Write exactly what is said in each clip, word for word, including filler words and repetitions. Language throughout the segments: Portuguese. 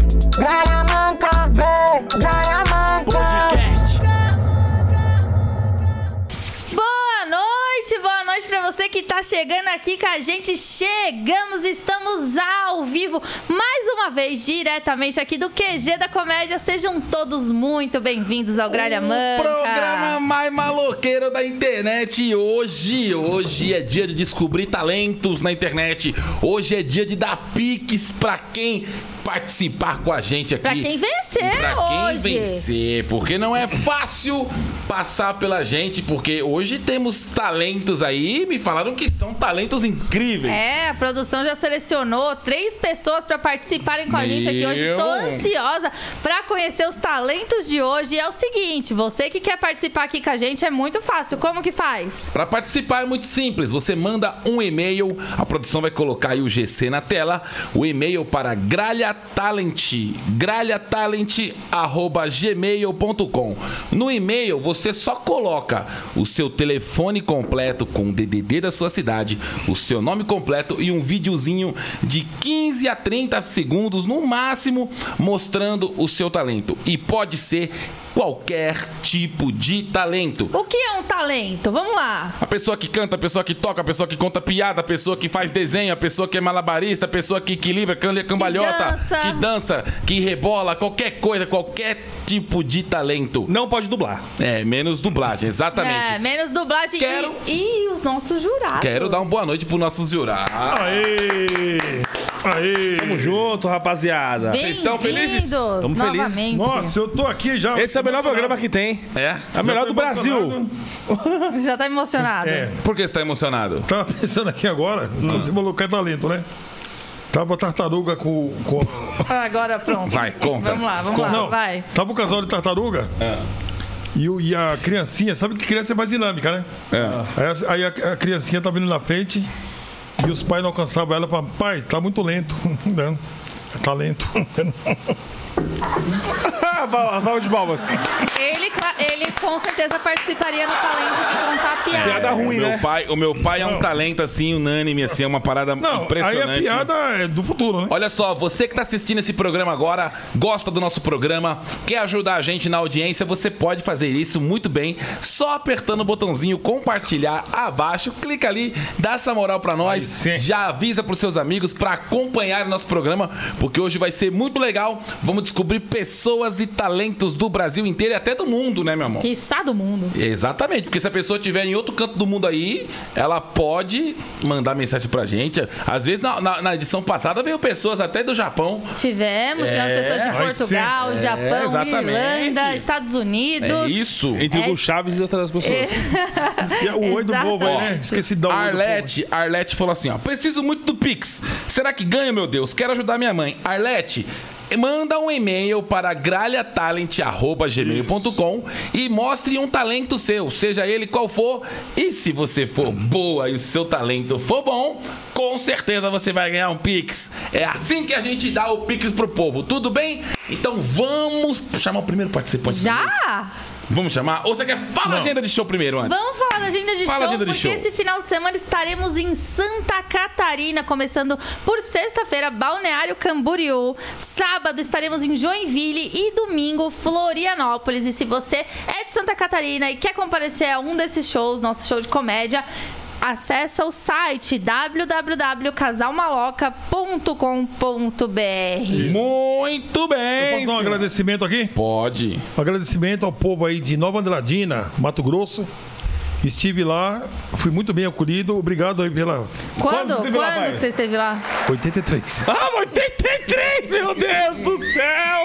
Gralha Manca, vem, Gralha Manca. Podcast. Boa noite, boa noite pra você que tá chegando aqui com a gente. Chegamos, estamos ao vivo, mais uma vez, diretamente aqui do Q G da Comédia. Sejam todos muito bem-vindos ao Gralha Manca. O programa mais maloqueiro da internet. Hoje, hoje é dia de descobrir talentos na internet. Hoje é dia de dar piques pra quem participar com a gente aqui. Pra quem vencer pra quem hoje. vencer, porque não é fácil passar pela gente, porque hoje temos talentos aí, me falaram que são talentos incríveis. É, a produção já selecionou três pessoas pra participarem com a gente aqui hoje. Meu. Estou ansiosa pra conhecer os talentos de hoje. E é o seguinte, você que quer participar aqui com a gente é muito fácil. Como que faz? Para participar é muito simples, você manda um e-mail, a produção vai colocar aí o G C na tela, o e-mail para gralha talent, gralha talent arroba gmail ponto com. No e-mail você só coloca o seu telefone completo com o D D D da sua cidade, o seu nome completo e um videozinho de quinze a trinta segundos no máximo mostrando o seu talento. E pode ser qualquer tipo de talento. O que é um talento? Vamos lá. A pessoa que canta, a pessoa que toca, a pessoa que conta piada, a pessoa que faz desenho, a pessoa que é malabarista, a pessoa que equilibra, cambalhota, Que dança. que dança, que rebola, qualquer coisa, qualquer tipo de talento. Não pode dublar. É, menos dublagem, exatamente. É, menos dublagem Quero- e, e os nossos jurados. Quero dar uma boa noite pros nossos jurados. Aê! Aê! Tamo junto, rapaziada. Vocês estão felizes? Bem-vindos Tamo felizes. novamente. Nossa, eu tô aqui já. Esse é o melhor programa que tem. É? É o melhor tô do Brasil. emocionado. Já tá emocionado. É, Por que você tá emocionado? tava pensando aqui agora, você falou que é talento, né? Tava a tartaruga com. com... Agora pronto. Vai, conta. Vamos lá, vamos Conta. lá, Não, vai. tava o casal de tartaruga É. e, o- e a criancinha, sabe que criança é mais dinâmica, né? É. Aí, a- aí a, a criancinha tava vindo na frente e os pais não alcançavam ela para pai, tá muito lento. Né? É talento. Salva de palmas. Ele, cla- ele com certeza participaria no talento de contar piada. Piada ruim, o meu né? pai, o meu pai é um talento assim, unânime, assim, é uma parada Não, aí impressionante. a piada é do futuro, né? Olha só, você que está assistindo esse programa agora, gosta do nosso programa, quer ajudar a gente na audiência, você pode fazer isso muito bem, só apertando o botãozinho compartilhar abaixo, clica ali, dá essa moral pra nós, Aí sim. já avisa pros seus amigos pra acompanhar o nosso programa, porque hoje vai ser muito legal, vamos descobrir pessoas e talentos do Brasil inteiro e até do mundo, né, meu amor? Quiçá do mundo. Exatamente, porque se a pessoa estiver em outro canto do mundo aí, ela pode mandar mensagem pra gente. Às vezes, na, na- na edição passada, veio pessoas até do Japão. Tivemos, tivemos É, pessoas de vai Portugal, ser. É, Japão, exatamente. Irlanda, Estados Unidos. É isso. Entre o É- Hugo Chaves e outras pessoas. E o oi do povo aí, né? Exatamente. Esqueci de dar o oi do povo. Arlete, Arlete falou assim, ó, preciso muito do Pix. Será que ganho, meu Deus? Quero ajudar minha mãe. Arlete, manda um e-mail para gralha talent arroba gmail ponto com e mostre um talento seu, seja ele qual for. E se você for boa e o seu talento for bom, com certeza você vai ganhar um Pix. É assim que a gente dá o Pix pro povo, tudo bem? Então vamos chamar o primeiro participante. Já? Vamos chamar? Ou você quer... Fala a agenda de show primeiro antes. Vamos falar da agenda de Fala show, a agenda de porque show. esse final de semana estaremos em Santa Catarina, começando por sexta-feira, Balneário Camboriú. Sábado estaremos em Joinville e domingo, Florianópolis. E se você é de Santa Catarina e quer comparecer a um desses shows, nosso show de comédia, acessa o site w w w ponto casal maloca ponto com ponto b r. Muito bem. Posso dar um agradecimento aqui? Pode. Um agradecimento ao povo aí de Nova Andradina, Mato Grosso. Estive lá, fui muito bem acolhido. Obrigado aí pela Quando? Quando você esteve lá, Quando pai? que você esteve lá? oitenta e três. Ah, oitenta e três, meu Deus do céu!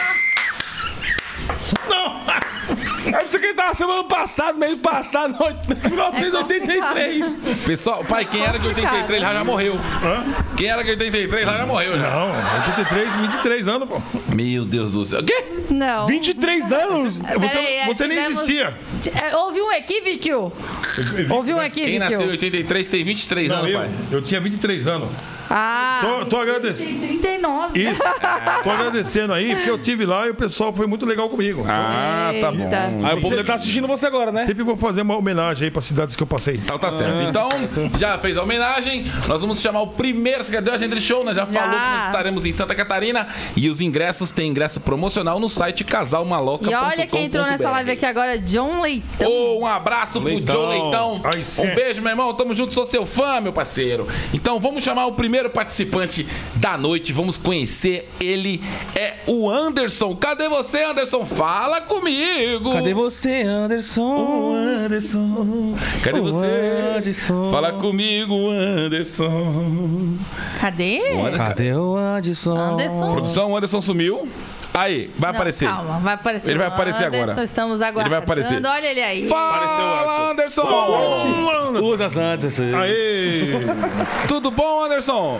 Não! É isso que ele tava semana passada, mês passado, mil novecentos e oitenta e três. Pessoal, pai, quem era de oitenta e três lá já morreu. Hã? Quem era de oitenta e três lá já morreu já. Não, oitenta e três, vinte e três anos, pô. Meu Deus do céu. O quê? Não. vinte e três anos? Você, Peraí, é, você nem tivemos- existia. É, Houve um equívoco. Houve um Quem equívoco. nasceu em oitenta e três tem vinte e três Não, anos, eu, pai. eu tinha vinte e três anos. Ah, Tô, tô agradecendo. trinta e nove. Isso. Tô agradecendo aí, porque eu tive lá e o pessoal foi muito legal comigo. Ah, tá bom. Eita. Aí o povo deve tá assistindo você agora, né? Sempre vou fazer uma homenagem aí para cidades que eu passei. Então tá certo. Então, já fez a homenagem. Nós vamos chamar o primeiro. Você deu a agenda de show, né? Já, Já. falou que nós estaremos em Santa Catarina. E os ingressos tem ingresso promocional no site casal maloca ponto com ponto br. E olha quem entrou nessa live aqui agora, John Leitão. Oh, um abraço Leitão. pro Joe Leitão. Ai, sim. Um beijo, meu irmão. Tamo junto, sou seu fã, meu parceiro. Então vamos chamar o primeiro participante da noite. Vamos conhecer. Ele é o Anderson. Cadê você, Anderson? Fala comigo. Cadê você, Anderson? Anderson? Cadê Ô, você? Anderson. Fala comigo, Anderson. Cadê? Cadê o Anderson? Anderson. Produção, o Anderson sumiu. Aí, vai Não, aparecer. Calma, vai aparecer. Ele vai o aparecer Anderson, agora. Estamos Ele aguardando. vai aparecer. Olha ele aí. Fala, Anderson. Usa as antes. Aê! Tudo bom, Anderson?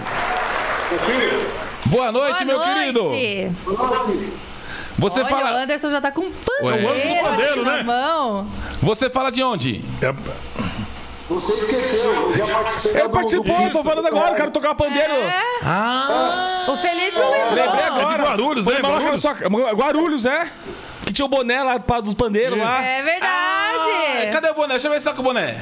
Boa noite, Boa meu noite. querido. Você Olha, o fala, Anderson já tá com um Ué. pandeiro, O Anderson com pandeiro, na né? mão. você fala de onde? É- Você esqueceu, eu já participei. Eu participou, eu tô falando agora, eu quero tocar pandeiro. É, Ah, o Felipe lembrou. Lembrei É agora. de Guarulhos, Foi né? mal, Guarulhos? só- Guarulhos, é? Que tinha o boné lá pra- dos pandeiros lá. É verdade. cadê o boné? Deixa eu ver se tá com o boné.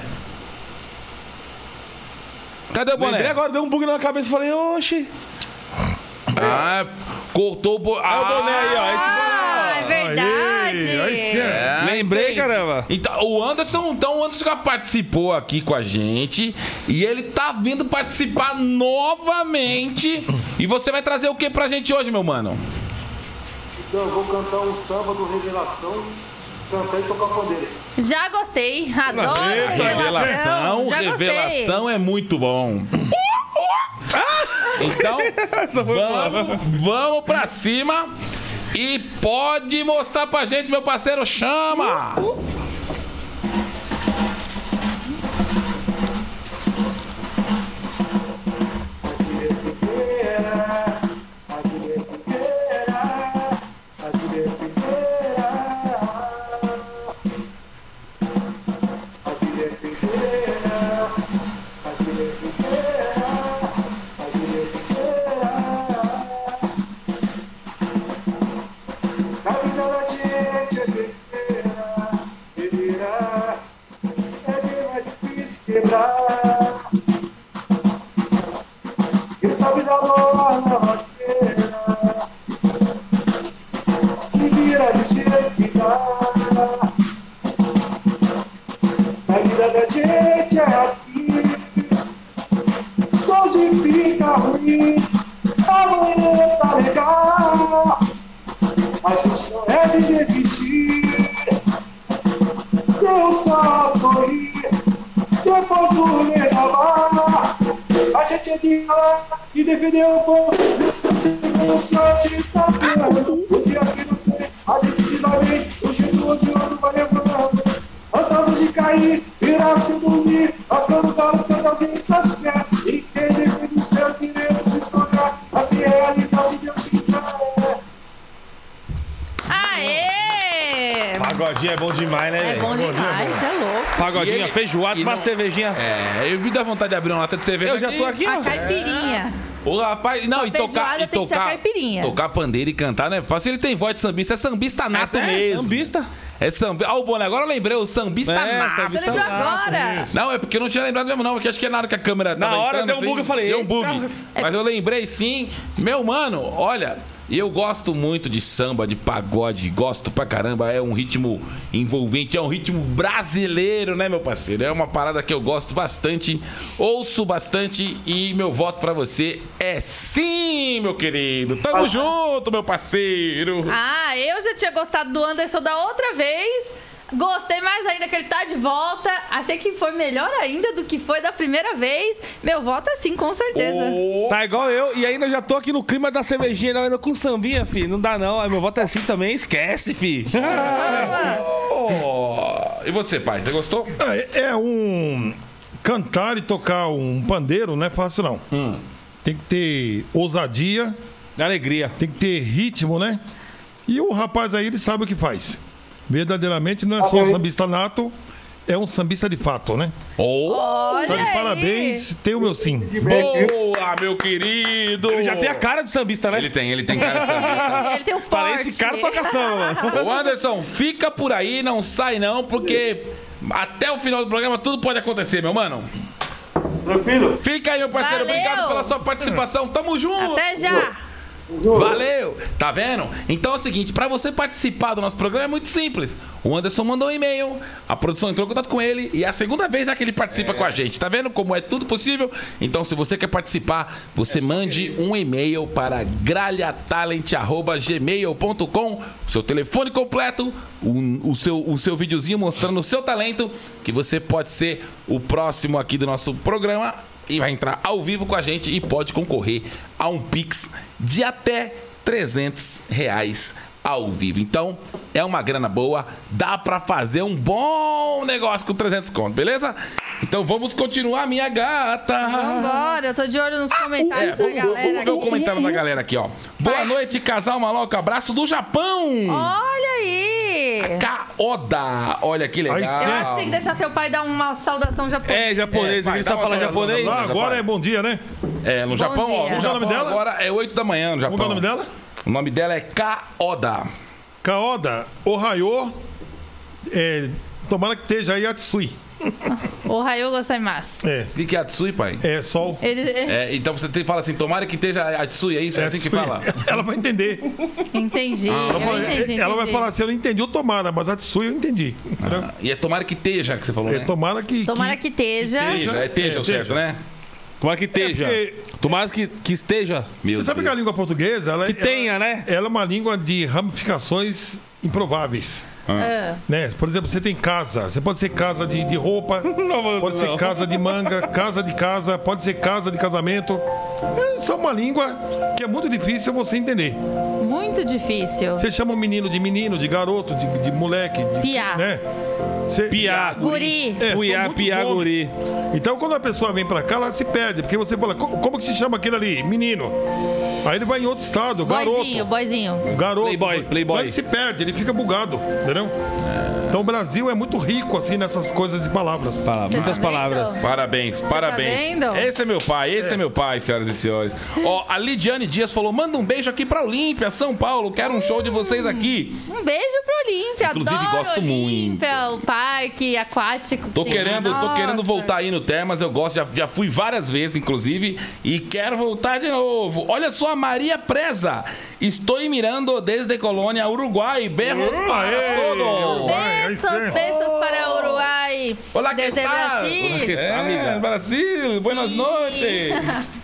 Cadê o boné? Lembrei agora, deu um bug na minha cabeça e falei, oxi. Ah, cortou o boné. Olha o boné aí, ó. Esse Ah, é verdade. Aê, aí sim. É, Lembrei, entendi. caramba. Então, o Anderson, então, o Anderson já participou aqui com a gente e ele tá vindo participar novamente. E você vai trazer o que pra gente hoje, meu mano? Então eu vou cantar um samba do Revelação, cantar e tocar pandeiro. Já gostei. Adoro revelação. Revelação, Já gostei. revelação é muito bom. Então, vamos, vamos pra cima e pode mostrar pra gente, meu parceiro, chama! Sabe da gente é guerreira, guerreira, é bem mais difícil quebrar. Quem sabe da bola na roteira, se vira do jeito que dá. Saída da gente é assim, só hoje fica ruim, amanhã tá legal. A gente não é de desistir, eu só sorri, depois o levar. A gente é de falar e defender o povo, não só de tá vendo. O dia que não tem, a gente desabe, o jeito onde o outro vai levando. Cansamos de cair, virar sem dormir, nós quando tá no canalzinho tanto quer. E quem defende o seu direito de sonhar, a se realizar se Deus quiser. Aê! Pagodinho é bom demais, né, É velho? bom demais, você é louco. Pagodinho, E ele- feijoada, e uma não- cervejinha. É, eu me dá vontade de abrir uma lata de cerveja. Eu já tô aqui, A ó. caipirinha. O rapaz, não, Só e tocar, feijoada e tem que ser tocar, caipirinha. tocar pandeiro e cantar não é fácil. Ele tem voz de sambista, é sambista nato É, mesmo. sambista. É sambista. Ó, o Boné, agora eu lembrei, o sambista É, nato. Você sambista lembrou nato, agora? Não, é porque eu não tinha lembrado mesmo, não. Porque acho que é na hora que a câmera Na tava hora entrando, deu um bug, eu falei, Deu um eita. bug. Mas eu lembrei sim. Meu mano, olha, eu gosto muito de samba, de pagode. Gosto pra caramba. É um ritmo envolvente, é um ritmo brasileiro, né, meu parceiro? É uma parada que eu gosto bastante. Ouço bastante e meu voto pra você é sim, meu querido. Tamo junto, meu parceiro. Ah, eu já tinha gostado do Anderson da outra vez. Gostei mais ainda que ele tá de volta. Achei que foi melhor ainda do que foi da primeira vez. Meu voto é sim, com certeza. Ô, Tá igual eu, e ainda já tô aqui no clima da cervejinha, ainda com sambinha, fi. Não dá não, aí meu voto é assim também, esquece, fi. ô. E você, pai, você gostou? Ah, é- É um. Cantar e tocar um pandeiro não é fácil, não. Tem que ter ousadia, Alegria. tem que ter ritmo, né? E o rapaz aí, ele sabe o que faz. Verdadeiramente não é só um sambista nato, é um sambista de fato, né? Oh, Olha Tá de aí. parabéns, tem o meu sim. boa, meu querido! Ele já tem a cara de sambista, né? Ele tem, ele tem cara de sambista. Ele tem um porte. Parece esse cara toca samba, mano. Ô, Anderson, fica por aí, não sai não, porque até o final do programa tudo pode acontecer, meu mano. Tranquilo? Fica aí, meu parceiro. Valeu. Obrigado pela sua participação. Tamo junto. Até já. Valeu! Tá vendo? Então é o seguinte, pra você participar do nosso programa é muito simples. O Anderson mandou um e-mail, a produção entrou em contato com ele e é a segunda vez já que ele participa é. com a gente. Tá vendo como é tudo possível? Então se você quer participar, você mande um e-mail para gralhatalent arroba gmail ponto com, seu telefone completo, o, o, seu, o seu videozinho mostrando o seu talento, que você pode ser o próximo aqui do nosso programa e vai entrar ao vivo com a gente e pode concorrer a um Pix de até trezentos reais ao vivo. Então, é uma grana boa, dá pra fazer um bom negócio com trezentos conto, beleza? Então vamos continuar, minha gata. Vambora, eu tô de olho nos comentários É, da vamos, galera. vamos ver o aqui. comentário da galera aqui, ó. Boa noite, casal maloca, abraço do Japão. Olha aí. Kaoda, olha que legal. Aí Eu sim. acho que tem que deixar seu pai dar uma saudação japonesa. É, japonês, É, vai, ele dá sabe uma falar saudação japonês. da Ah, nossa, agora pai. é bom dia, né? É, no Japão, dia. ó, no Como é o Japão nome dela? agora é oito da manhã no Japão. Como é o nome dela? O nome dela é Kaoda. Kaoda, Ohayô, é, tomara que esteja aí Atsui. Ohayou gozaimasu. É, O que, que é Atsui, pai? é sol. Ele É, então você tem, fala assim, tomara que esteja Atsui, é isso? É, assim que Atsui. fala? Ela vai entender. entendi. Ela eu vai, entendi, ela vai entendi. falar assim, eu não entendi o tomara, mas Atsui eu entendi. Entendeu? E é tomara que esteja, que você falou, É, né? tomara que... Tomara que esteja. Esteja, é esteja, É, o certo, esteja. né? Tomara que esteja. É porque- Tomara que, que esteja. Meu Você sabe Deus. que a língua portuguesa... Ela, Que tenha, né? Ela é uma língua de ramificações improváveis. Ah. Né? Por exemplo, você tem casa. Você pode ser casa de, de roupa, Não, pode ser não. casa de manga, casa de casa, pode ser casa de casamento. É só uma língua que é muito difícil você entender. Muito difícil. Você chama um menino de menino, de garoto, de, de moleque, de, Piá. né? Você, Piá. Guri. É, são Piá, muitos piá, nomes. guri. Então, quando a pessoa vem pra cá, ela se perde, porque você fala, "Co- como que se chama aquele ali? Menino. Aí ele vai em outro estado, Boizinho, garoto. boizinho. Garoto. Playboy, playboy. Então ele se perde, ele fica bugado, entendeu? Então o Brasil é muito rico, assim, nessas coisas de palavras. Fala, Você muitas tá palavras. vendo? Parabéns, parabéns. vendo? Esse é meu pai, esse é, meu pai, senhoras e senhores. Ó, a Lidiane Dias falou: manda um beijo aqui pra Olímpia, São Paulo. Quero um show de vocês aqui. Um beijo pro Olímpia. Inclusive, Adoro gosto Olímpia, o parque aquático. Tô Sim, querendo, tô nossa. querendo voltar aí no Termas, eu gosto, já, já fui várias vezes, inclusive, e quero voltar de novo. Olha só, a Maria Preza. Estou mirando desde Colônia, Uruguai. Berros para todos. Vai, aí Besos, sim. besos para Uruguai. Olá, que Desde tal? Brasil. É, Amiga. Brasil, buenas Sim. noites.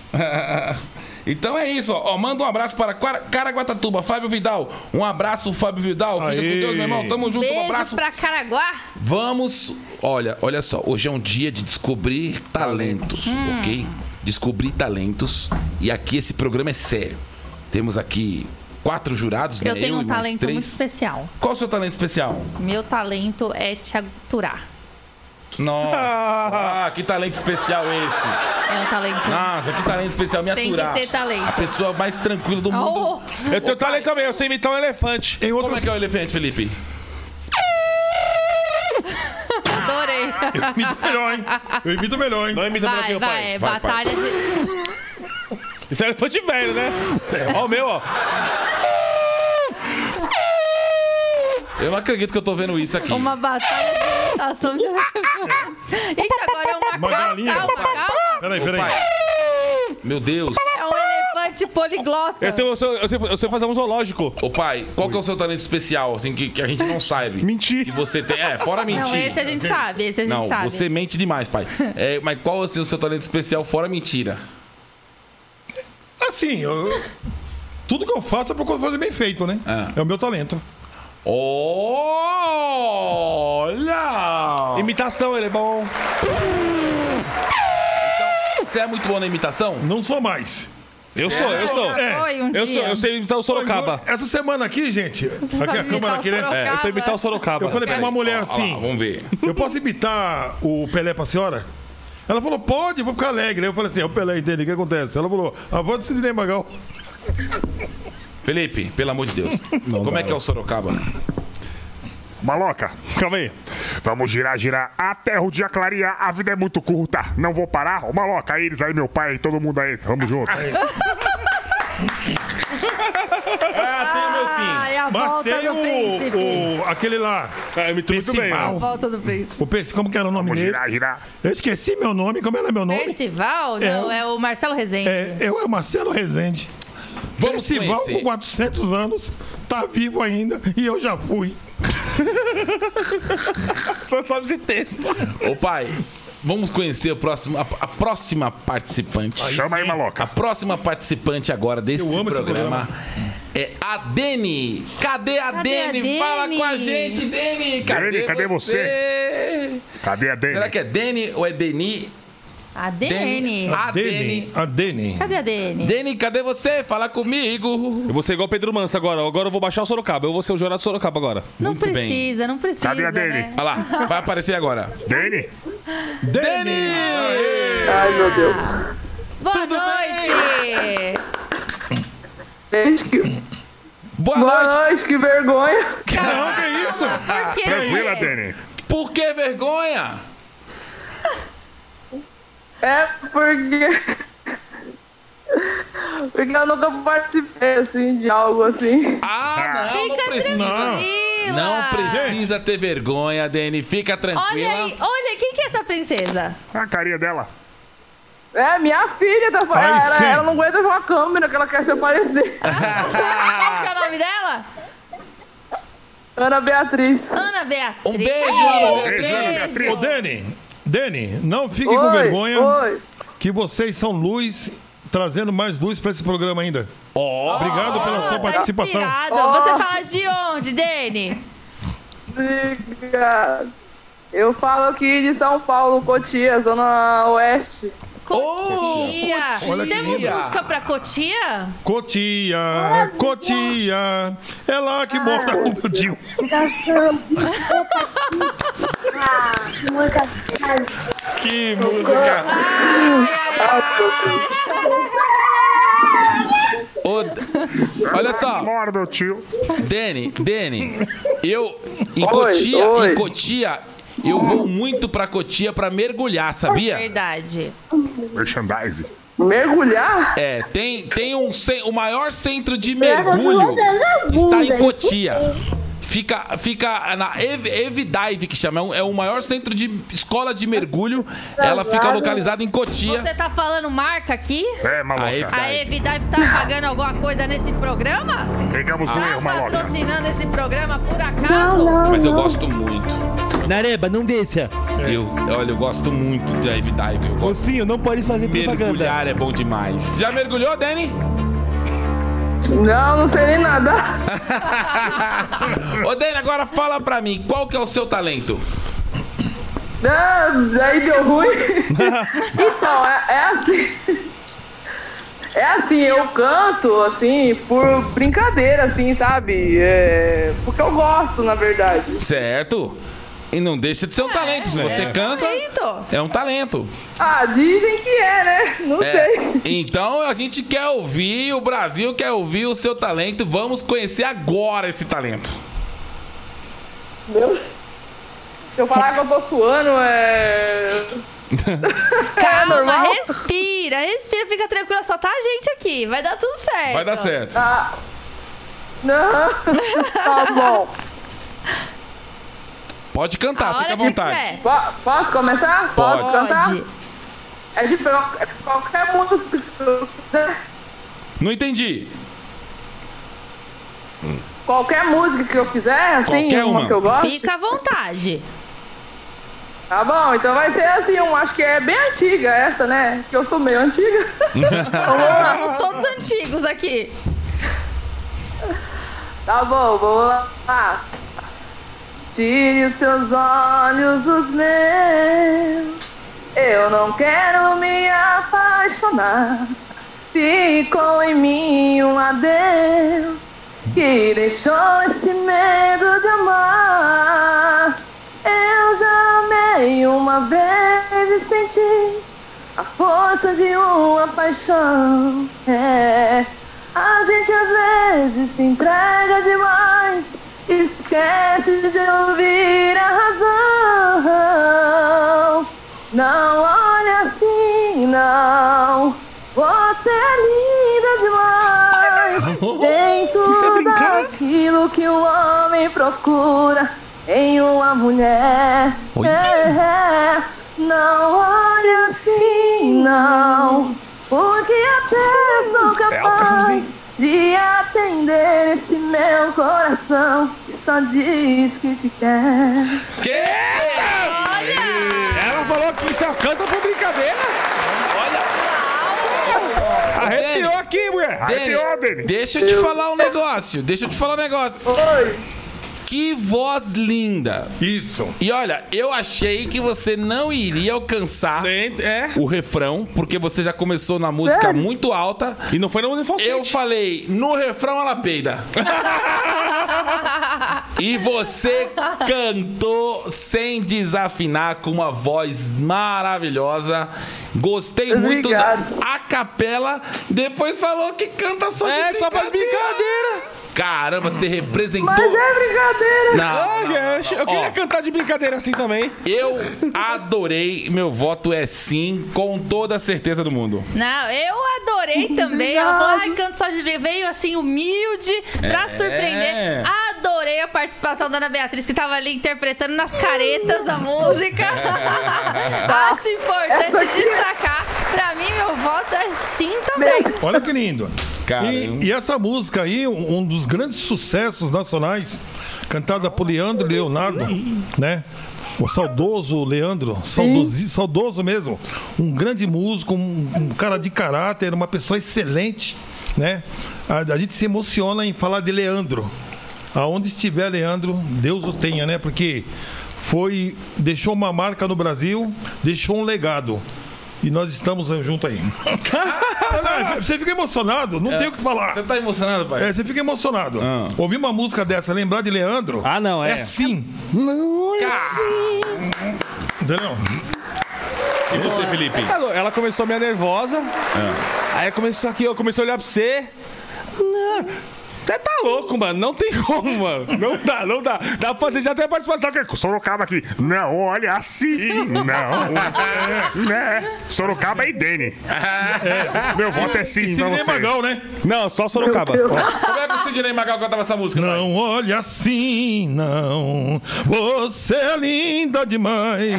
Então é isso, ó. Manda um abraço para Cara- Caraguatatuba, Fábio Vidal. Um abraço, Fábio Vidal. Fica Aê. com Deus, meu irmão. Tamo junto, um Beijo abraço. pra Caraguá. Vamos, olha, olha só, hoje é um dia de descobrir talentos, Hum. ok? Descobrir talentos. E aqui esse programa é sério. Temos aqui quatro jurados, Eu né? tenho Eu um e mais talento três. muito especial. Qual é o seu talento especial? Meu talento é te aturar. Nossa, ah, que talento especial esse. É um talento. Nossa, que talento especial, me Tem que aturar. ter talento. A pessoa mais tranquila do mundo. Oh, Eu tenho talento também, eu sei imitar um elefante. Em Como outras... é que é o elefante, Felipe? adorei. Eu imito melhor, hein? Eu imito melhor, hein? Não imita melhor que Vai, meu vai. pai. Vai, Batalha de. Isso é elefante velho, né? Ó o meu, ó. Eu não acredito que eu tô vendo isso aqui. Uma batalha de imitação de elefante. Eita, agora é uma, Uma calma, galinha. calma, calma. Peraí, peraí. Pai. Meu Deus. É um elefante poliglota. Eu, tenho, eu, sei, eu, sei, eu sei fazer um zoológico. Ô pai, qual que é o seu talento especial, assim, que, que a gente não sabe? Mentir. Que você tem. É, fora mentir. Não, esse a gente sabe, esse a gente Não, sabe. você mente demais, pai. É, mas qual assim, o seu talento especial fora mentira? Assim, eu... tudo que eu faço é procuro fazer bem feito, né? Ah. É o meu talento. Olha! Imitação, ele é bom. Você é muito bom na imitação? Não sou mais. Eu sou, eu sou. É. Foi um Eu dia. sou, eu sei imitar o Sorocaba. Essa semana aqui, gente, aqui sabe a câmera imitar o aqui, né? Sorocaba? É, eu sei imitar o Sorocaba. Eu falei pra uma mulher Ó, ó assim, lá, vamos ver. eu posso imitar o Pelé pra senhora? Ela falou, pode, vou ficar alegre. Aí eu falei assim, é o Pelé, entende? O que acontece? Ela falou, a voz do Sidney Magal. Felipe, pelo amor de Deus. Como é que é o Sorocaba? Maloca, calma aí. Vamos girar, girar até o dia clarear. A vida é muito curta, não vou parar. Ô, Maloca, eles aí, meu pai, todo mundo aí. Vamos junto. Ah, tem o meu sim. Ai, a Mas volta tem do príncipe. o, o. aquele lá. É, muito, muito bem. A ó. volta do príncipe. O Percy, como que era o nome Vamos dele? girar, girar. Eu esqueci meu nome. Como era meu nome? Percival? Não, é o Marcelo Rezende. É, eu é o Marcelo Rezende. Vamos Percival conhecer. com quatrocentos anos, tá vivo ainda e eu já fui. Só sobe esse texto. Ô, pai, vamos conhecer o próximo, a, a próxima participante. Chama aí, Maloca. A próxima participante agora desse Eu amo esse programa é a Deni. Cadê a Cadê a Deni? Deni? Fala com a gente, Deni. Cadê, Deni, cadê você? Cadê a Deni? Será que é Deni ou é Deni? A Dene. A Deni. A Deni. Cadê a Dene? Deni, cadê você? Fala comigo. Eu vou ser igual o Pedro Manso agora. Agora eu vou baixar o Sorocaba. Eu vou ser o jurado do Sorocaba agora. Não Muito bem. precisa, não precisa, Cadê a Dene? né? Olha lá, vai aparecer agora. Deni? Deni! Ai, meu Deus. Boa Tudo noite! Gente, que... Boa Boa noite. noite, que vergonha. Não, que isso? Por quê? Tranquila, Deni. Por que vergonha? É porque... Porque eu nunca participei, assim, de algo assim. Ah, não, não Fica precisa. tranquila. Não precisa ter vergonha, Deni. Fica tranquila. Olha aí, olha, quem que é essa princesa? A carinha dela. É, minha filha tá falando. Ai, Ela, sim. ela não aguenta ver uma câmera que ela quer se aparecer. Qual que é o nome dela? Ana Beatriz. Ana Beatriz. Um beijo, Ana Beatriz. Beijo. Ô, Deni, Deni, não fique Oi, com vergonha oi. que vocês são luz, trazendo mais luz pra esse programa ainda. Ó, Obrigado pela sua Tá participação. inspirado. Ó. Você fala de onde, Dene? Obrigada. Eu falo aqui de São Paulo, Cotia, Zona Oeste. Cotia. olha que Temos linda. música pra Cotia? Cotia, Cotia, é lá que mora o meu tio. que música. Ô, olha só, Bora, meu tio. Deni, Deni, eu em Oi, Cotia, oi. em Cotia, eu vou muito pra Cotia pra mergulhar, sabia? Verdade. Merchandise. Mergulhar? É, tem, tem um ce- o maior centro de mergulho está em Cotia. Fica, fica na Ev, Evidive, que chama. É um- É o maior centro de escola de mergulho. Ela fica localizada em Cotia. Você tá falando marca aqui? É, A Maloca. Ev- A Evidive tá pagando alguma coisa nesse programa? Pegamos no Tá erro, Maloca. patrocinando esse programa por acaso? Mas eu gosto muito. Nareba, não deixa. Eu, olha, eu gosto muito da Evidive. Eu gosto. Mocinho, não pode fazer propaganda. Mergulhar é bom demais. Já mergulhou, Dani? Não, não sei nem nada. Ô, Dani, agora fala pra mim, qual que é o seu talento? Ah, daí deu ruim. Então, é, é assim. É assim, eu canto, assim, por brincadeira, assim, sabe? É, porque eu gosto, na verdade. Certo? E não deixa de ser um talento. Se você canta, Talento. é um talento. Ah, dizem que é, né? Não É. sei. Então a gente quer ouvir, o Brasil quer ouvir o seu talento. Vamos conhecer agora esse talento. Meu... Se eu falar que eu tô suando, é... Calma, normal? respira, respira, fica tranquila, só tá a gente aqui, vai dar tudo certo. Vai dar certo. Ah. Não. Tá bom. Pode A cantar, hora fica à que vontade. quiser. Po- Posso começar? Pode. Posso cantar? Pode. É de qual- é qualquer música que eu quiser. Não entendi. Qualquer música que eu quiser, assim, Qualquer uma uma. que eu gosto. Fica à vontade. Tá bom, então vai ser assim, um, acho que é bem antiga essa, né? Que eu sou meio antiga. Nós somos todos antigos aqui. Tá bom, vamos lá. Tire os seus olhos dos meus. Eu não quero me apaixonar. Ficou em mim um adeus que deixou esse medo de amar. Eu já amei uma vez e senti a força de uma paixão. É, a gente às vezes se entrega demais, esquece esquece de ouvir a razão. Não olhe assim, não. Você é linda demais. Tem tudo aquilo que o homem procura em uma mulher. É, não olhe assim, não. Porque até sou capaz de atender esse meu coração que só diz que te quer. Que? Olha! Ela falou que só canta por brincadeira. Olha! Arrepiou aqui, mulher. Arrepiou, Dani. Deixa eu te falar um negócio. Deixa eu te falar um negócio. Oi. Que voz linda. Isso. E olha, eu achei que você não iria alcançar é. o refrão, porque você já começou na música é. muito alta. E não foi na música falsete. Eu falei, no refrão ela peida. E você cantou sem desafinar, com uma voz maravilhosa. Gostei muito da a capela. Depois falou que canta só de É, só pra brincadeira. Caramba, você representou... Mas é brincadeira. Não, não, não, eu, eu queria Ó, cantar de brincadeira assim também. Eu adorei. Meu voto é sim, com toda a certeza do mundo. Não, eu adorei também. Ela falou, ai, canto só de... Veio assim, humilde, pra É. surpreender. Adorei a participação da Ana Beatriz, que tava ali interpretando nas caretas a música. Acho importante destacar. Pra mim, meu voto é sim também. Olha que lindo. Caramba. E, e essa música aí, um dos grandes sucessos nacionais, cantada por Leandro Leonardo, né? O saudoso Leandro, saudoso, saudoso mesmo. Um grande músico, um, um cara de caráter, uma pessoa excelente, né? A, a gente se emociona em falar de Leandro. Aonde estiver Leandro, Deus o tenha, né? Porque foi, deixou uma marca no Brasil, deixou um legado. E nós estamos juntos aí. Você fica emocionado, não É. tem o que falar. Você tá emocionado, pai? É, você fica emocionado. Ah. Ouvir uma música dessa, lembrar de Leandro. Ah, não, é. É sim. Não é assim. Entendeu? E você, Felipe? Ela, ela começou meio nervosa. Aí começou aqui, eu comecei a olhar pra você. Não. Você tá louco, mano. Não tem como, mano. Não dá, não dá. Dá pra fazer já até a participação. Sabe o que? Sorocaba aqui. Não, olha assim. Não. Né? Sorocaba e Dene. É. Meu voto é sim. E Sidney Magal, né? Não, só Sorocaba. Como é que o Sidney Magal cantava essa música? Não olha assim, não. Você é linda demais.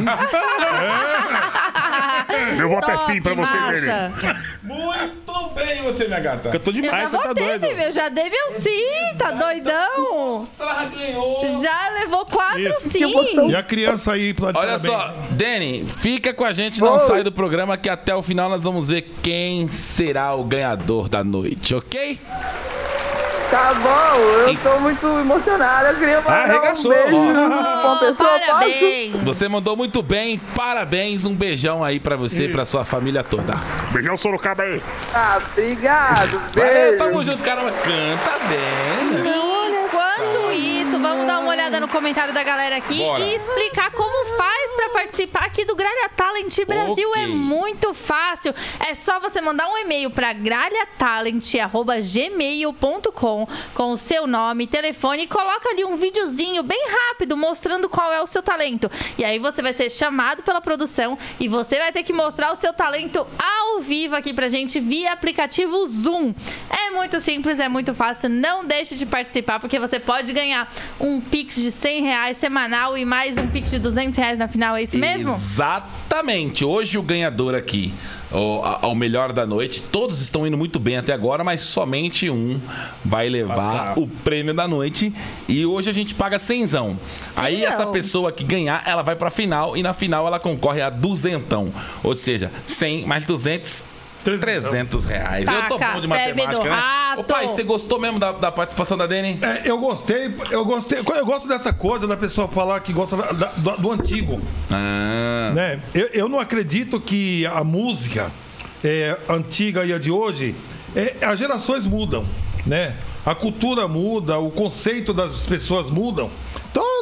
Meu voto é Nossa, sim pra você, massa. Dene. Muito bem, você, minha gata. Cantou Eu demais, já você tá votei, doido. meu. Já dei meu sim. Tá doidão? Ela ganhou. Já levou quatro Isso. sim. E a criança aí pra Olha só, Dani, fica com a gente, não sai do programa, que até o final nós vamos ver quem será o ganhador da noite, ok? Tá bom, eu tô muito emocionada. Eu queria mandar Arregaçou. um beijo Ó. pra uma pessoa. Parabéns. Você mandou muito bem, parabéns, um beijão aí pra você e pra sua família toda. Beijão, Sorocaba aí. Posso? Ah, obrigado. Valeu, Beijo. tamo junto, caramba, canta bem. Enquanto isso, vamos dar uma olhada no comentário da galera aqui Bora. e explicar como faz pra participar aqui do Gralha Talent Brasil. Ok. É muito fácil. É só você mandar um e-mail pra gralhatalent arroba gmail ponto com com o seu nome, telefone e coloca ali um videozinho bem rápido mostrando qual é o seu talento. E aí você vai ser chamado pela produção e você vai ter que mostrar o seu talento ao vivo aqui pra gente via aplicativo Zoom. É muito simples, é muito fácil. Não deixe de participar porque você pode ganhar um Pix de cem reais semanal e mais um Pix de duzentos reais na final. É isso mesmo? Exatamente. Hoje o ganhador aqui, o- a- ao melhor da noite, todos estão indo muito bem até agora, mas somente um vai levar Passar. o prêmio da noite. E hoje a gente paga cenzão. Aí essa pessoa que ganhar, ela vai pra final e na final ela concorre a duzentão. Ou seja, cem mais duzentos... trezentos reais. Eu tô Taca, bom de febre matemática, do né? rato. Ô pai, você gostou mesmo da, da participação da Dani? É, eu gostei, eu gostei. Eu gosto dessa coisa da pessoa falar que gosta da- da- do, do antigo. Ah. Né? Eu, eu não acredito que a música é, antiga e a de hoje, é, as gerações mudam, né? A cultura muda, o conceito das pessoas mudam. Então,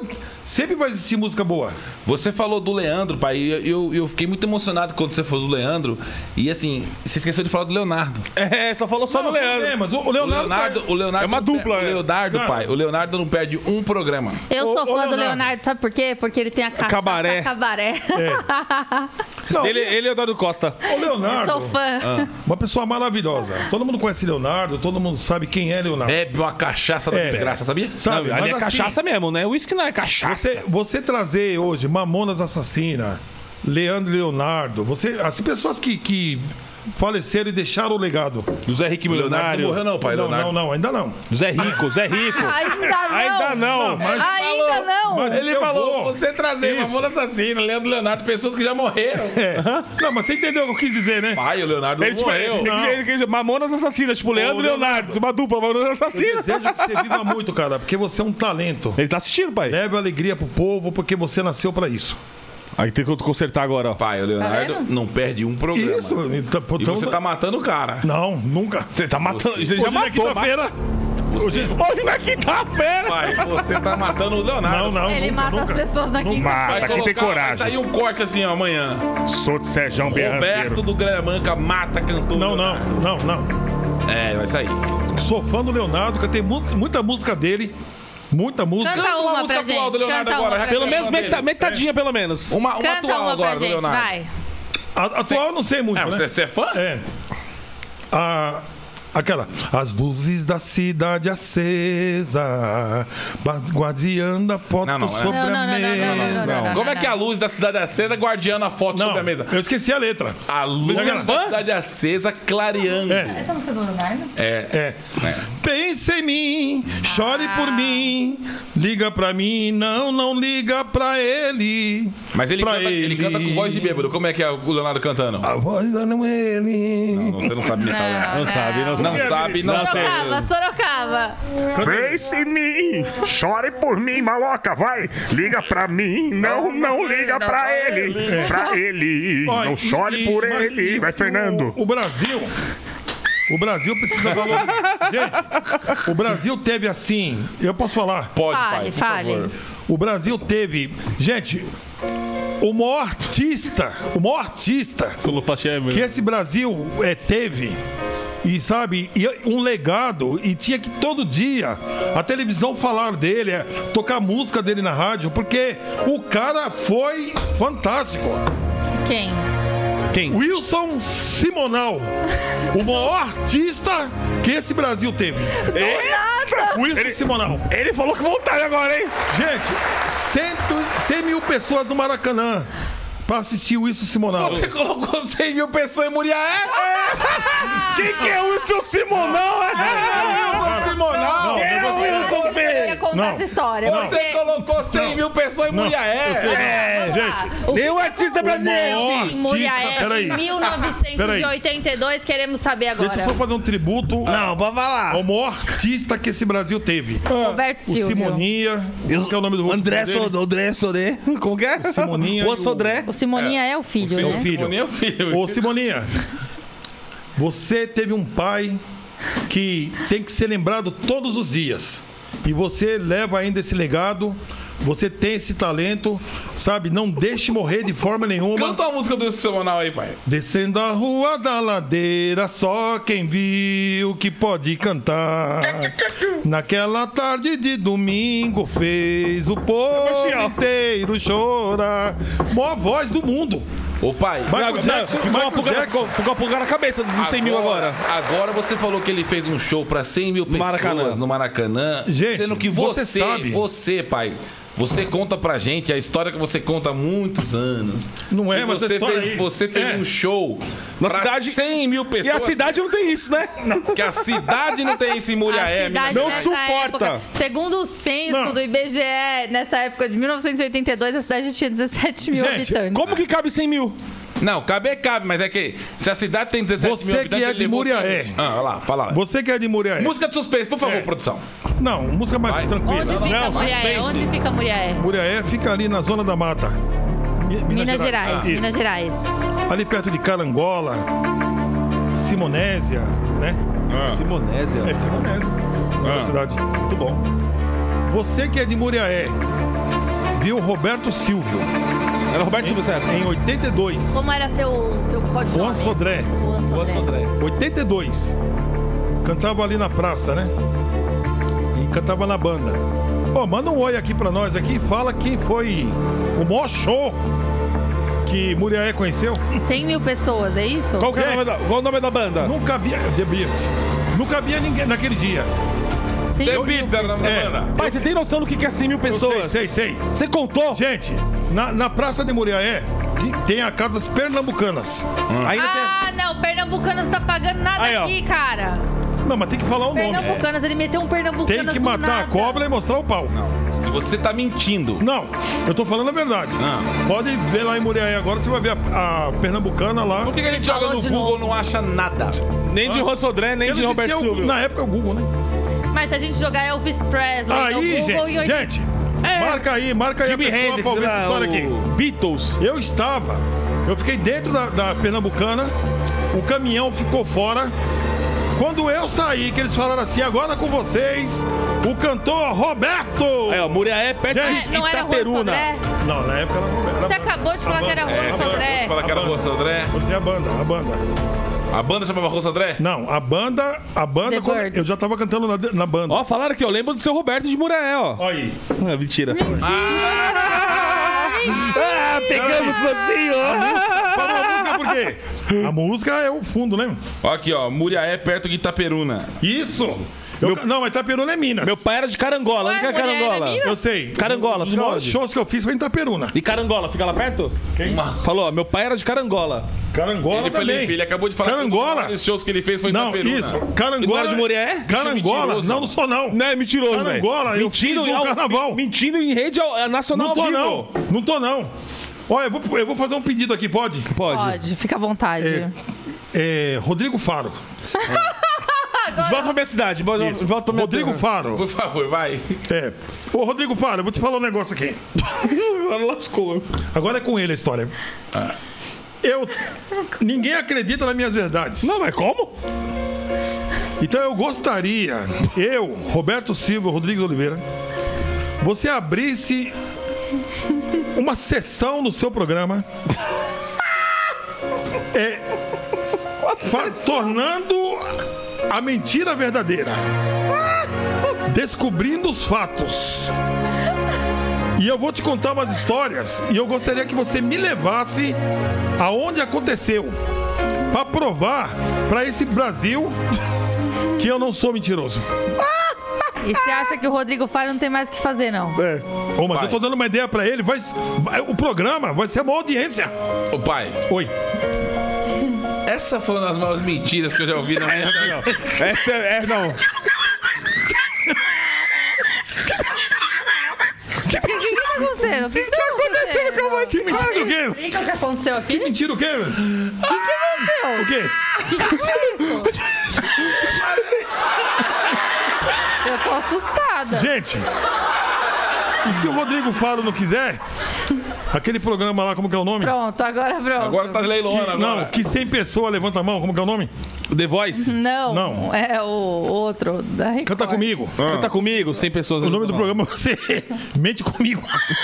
Sempre vai existir música boa. Você falou do Leandro, pai, e eu, eu, eu fiquei muito emocionado quando você falou do Leandro. E assim, você esqueceu de falar do Leonardo. É, só falou só Não, do Leandro. É, mas o, o O Leonardo... Leonardo, o Leonardo É uma não dupla, per- né? O Leonardo, Cara. pai, o Leonardo não perde um programa. Eu Ô, sou ô, fã do Leonardo. Leonardo, sabe por quê? Porque ele tem a cachaça Cabaré. cabaré. Não, Ele, ele é o Eduardo Costa. o Leonardo, Sou fã. uma pessoa maravilhosa. Todo mundo conhece Leonardo, todo mundo sabe quem é Leonardo. Bebe uma cachaça da É. desgraça, sabia? Sabe? Não, ali é Mas assim, cachaça mesmo, né? Whisky não é cachaça. Você, você trazer hoje Mamonas Assassina, Leandro e Leonardo, você, as pessoas que, que faleceram e deixaram o legado. José Henrique O Leonardo não Milionário. morreu não, pai. Não, Leonardo. não, não, ainda não. Zé Rico, Zé Rico. Ainda não. Ainda não. Mas, Ainda não. mas Ele eu falou, vou. você trazer Isso. Mamona Assassina, Leandro Leonardo, pessoas que já morreram. É. Não, mas você entendeu o que eu quis dizer, né? Pai, o Leonardo Ele, não tipo, morreu. ele, ele, ele, ele, Mamonas Assassinas, tipo, Leandro e Leonardo. Uma dupla, Mamonas Eu Assassinas. desejo que você viva muito, cara, porque você é um talento. Ele tá assistindo, pai. Leve alegria pro povo, porque você nasceu pra isso. Aí tem que consertar agora, ó. Pai, o Leonardo Tá vendo? não perde um programa. Isso. Então, E você tá matando o cara. Não, nunca. Você tá matando. Você já Hoje na matou, quinta-feira. Você, Hoje na quinta-feira. pai, você tá matando o Leonardo. Não, não. Ele nunca, mata as nunca. pessoas na quinta. Mata, Vai quem tem colocar, vai coragem. sair um corte assim ó, amanhã. Sou de Sérgio Roberto Berranteiro. do Gramanca mata cantor. Não, não, Leonardo. não, não. É, vai sair. Sou fã do Leonardo, que tem mu- muita música dele. Muita música. Canta Canta uma uma música pra atual do gente. Leonardo Canta agora, uma pra pelo gente. Pelo menos meta- metadinha, pelo menos. Uma, uma Canta atual uma agora pra do gente, Leonardo. vai. A, atual eu não sei muito, É, né? você, você é fã? É. A, aquela. As luzes da cidade acesa, guardiando a foto Não, não, é. sobre Não, não, a não, não, não, mesa. não, não, não, Como é que é a luz da cidade acesa guardiando a foto sobre a mesa? eu esqueci a letra. A luz Você é da fã? cidade acesa clareando. É. Essa música do Leonardo? É. Pense em mim, chore por mim, liga pra mim, não, não liga pra ele. Mas ele pra canta, ele canta com voz de bêbado. Como é que é o Leonardo cantando? A voz da não é ele. Não, você não sabe imitar. Não, Não, Não sabe, não sabe. não sabe, não sei. Sorocaba, Sorocaba. Pense em mim, chore por mim, maloca, vai. Liga pra mim, não, não liga pra ele. Pra ele, Ó, não e- chore e- por mas- ele. e Vai, Fernando. O, o Brasil. O Brasil precisa valorizar. Gente, o Brasil teve assim. Eu posso falar? Pode, Fale, pai, por fale. favor. O Brasil teve. Gente, o maior artista. O maior artista Solo Paché, que esse Brasil é, teve. E sabe, e um legado, e tinha que todo dia a televisão falar dele, é, tocar música dele na rádio, porque o cara foi fantástico. Quem? Quem? Wilson Simonal, o maior artista que esse Brasil teve. Wilson Simonal. Ele falou que voltaria agora, hein? Gente, cento, cem mil pessoas no Maracanã pra assistir o Wilson Simonal. Você colocou cem mil pessoas em Muriaé? Quem que é o Wilson Simonal? Wilson Simonal! Não, não vou- Eu ia contar Não. essa história. Você porque- colocou cem mil pessoas em Muriaé! É, Vamos lá. gente. O que Nenhum que artista aconteceu brasileiro. O maior Em Muriaé, artista, peraí. em mil novecentos e oitenta e dois, queremos saber agora. Deixa eu só fazer um tributo Não, pode falar. ao maior artista que esse Brasil teve. Roberto O Silvio. Simoninha. Qual que é o nome do outro André dele? Sodré, André Sodré. Como que é? O Simoninha O e o- Sodré. O Simoninha é, o filho, filho. né? O filho. Simoninha é o filho. Ô, Simoninha, você teve um pai que tem que ser lembrado todos os dias. E você leva ainda esse legado. Você tem esse talento, sabe? Não deixe morrer de forma nenhuma. Canta a música do Wilson Simonal aí, pai. Descendo a rua da ladeira, só quem viu que pode cantar. Naquela tarde de domingo fez o povo inteiro chorar. Maior voz do mundo. Ô, pai. Michael Jackson, Ficou uma Michael pulga, Jackson. ficou, ficou uma pulga na cabeça dos cem mil agora. Agora você falou que ele fez um show pra cem mil pessoas Maracanã. no Maracanã. Gente, sendo que você você, sabe. você, pai, você conta pra gente a história que você conta há muitos anos. Não é, Que mas você é só fez, aí. você fez É. um show Na pra cidade- cem mil E pessoas. a cidade não tem isso, né? Que a cidade não tem isso em A Muriaé. cidade não nessa suporta. época, segundo o censo Não. do I B G E, nessa época de mil novecentos e oitenta e dois, a cidade tinha dezessete mil Gente, habitantes. Como que cabe cem mil? Não, cabe cabe, mas é que se a cidade tem dezessete Você mil que habitantes... é ele de levou Muriaé. cem. Ah, olha lá, fala lá. Você que é de Muriaé. Música de suspense, por favor, É. produção. Não, música mais Vai. tranquila. Onde fica Não, Muriaé? suspense. Onde fica Muriaé? Muriaé fica ali na zona da mata. Mi- Minas, Minas Gerais, Isso. Minas Gerais. Ali perto de Carangola, Simonésia, né? Simonésia. É Simonésia. É uma cidade. Muito bom. Você que é de Muriaé, vi o Roberto Silvio. Era o Roberto Silvio, certo? Em oitenta e dois. Como era seu, seu código? Juan Sodré. Juan Sodré. Sodré. oitenta e dois. Cantava ali na praça, né? E cantava na banda. Ó, manda um oi aqui pra nós aqui. Fala quem foi o maior show que Muriaé conheceu. cem mil pessoas, é isso? Qual, que é o Gente. nome da, qual o nome da banda? Não cabia. The Beatles. Não cabia ninguém naquele dia. cem The mil Beatles era pessoas. na É. banda. Pai, você tem noção do que é cem mil pessoas? Sei, sei, sei. Você contou? Gente, na, na Praça de Muriaé tem a Casas Pernambucanas. Ainda Ah, não, Pernambucanas tá pagando nada Aí, ó. aqui, cara. Não, mas tem que falar o nome. Pernambucanas, ele meteu um Pernambucanas Tem que do matar nada. a cobra e mostrar o pau. Se você tá mentindo. Não, eu tô falando a verdade. Não. Pode ver lá em Muriaé agora, você vai ver a, a Pernambucana lá. Por que, que a gente joga Falou no de Google e novo. não acha nada? tem. Nem de Juan Sodré, nem Eu de não Roberto existia o- Silvio. Na época o Google, né? Mas se a gente jogar Elvis Presley no Aí, Google gente, e oitenta gente, marca aí, marca aí Jimi a pessoa Hendrix, pra ouvir essa lá, história aqui. o Beatles. Eu estava, eu fiquei dentro da, da Pernambucana, o caminhão ficou fora. Quando eu saí, que eles falaram assim, agora com vocês, o cantor Roberto. Aí, ó, Muriaé perto Gente, de Não era Juan Itaperuna. Sodré? Não, na época era Roberto. Você acabou de falar que era É, Juan você acabou Sodré. de falar que era Rua Sodré. Você é a banda, a banda. A banda chamava Rua Sodré? Não, a banda, a banda, The quando- Birds. eu já tava cantando na, na banda. Ó, falaram aqui, eu lembro do seu Roberto de Muriaé, ó. Olha aí. Ah, mentira. Ah, Ah, pegamos você, ó. Fala a música por quê? A música é o fundo, né? Ó, aqui, ó. Muriaé perto de Itaperuna. Isso. Eu ca- Não, mas Itaperuna é Minas. Meu pai era de Carangola. Onde que é Ué, mulher, Carangola? é Minas? Eu sei. Carangola, Um dos fica maiores onde? shows que eu fiz foi em Itaperuna. E Carangola, fica lá perto? Quem? Falou, ó, meu pai era de Carangola. Carangola Ele, foi, também. ele acabou de falar que um dos Carangola. maiores shows que ele fez foi em Não, Itaperuna. isso. E não Carangola. era de Muriaé? Carangola. mentiroso. Não, não sou não. Não, é mentiroso, velho. Carangola, eu fiz um ao- carnaval. Mentindo em rede ao- é, nacional Não tô ao vivo. não. Não tô não. Olha, eu vou, eu vou fazer um pedido aqui, pode? Pode. Pode, fica à vontade. É, é, Rodrigo Faro. Volta pra minha cidade. Volta, Isso. volta pra minha Rodrigo terra. Faro. Por favor, vai. É. Ô, Rodrigo Faro, eu vou te falar um negócio aqui. Agora lascou. Agora é com ele a história. Eu. Ninguém acredita nas minhas verdades. Não, mas como? Então eu gostaria, eu, Roberto Silva, Rodrigues Oliveira, você abrisse uma sessão no seu programa. É, fa- tornando a mentira verdadeira. Descobrindo os fatos. E eu vou te contar umas histórias e eu gostaria que você me levasse aonde aconteceu para provar para esse Brasil que eu não sou mentiroso. E você acha que o Rodrigo Faro não tem mais o que fazer, não? É. Ô, mas Vai. eu tô dando uma ideia para ele, vai, vai- o programa vai ser uma audiência. Ô, pai, Oi. essa foi uma das maiores mentiras que eu já ouvi na minha vida. Essa é, é, não. O que que tá acontecendo? O que que tá acontecendo? Que mentira do quê? Explica o que aconteceu aqui. O Mentira o quê? velho? que, que aconteceu? O quê? O que, que foi isso? Eu tô assustada. Gente, e se o Rodrigo Faro não quiser, aquele programa lá, como que é o nome? Pronto, agora pronto. Agora tá leilona Que- agora. não, que cem pessoas levanta a mão, como que é o nome? The Voice? Não, Não. é o outro da Record. Canta comigo. Tá comigo? cem pessoas. O nome do programa é Você Mente Comigo.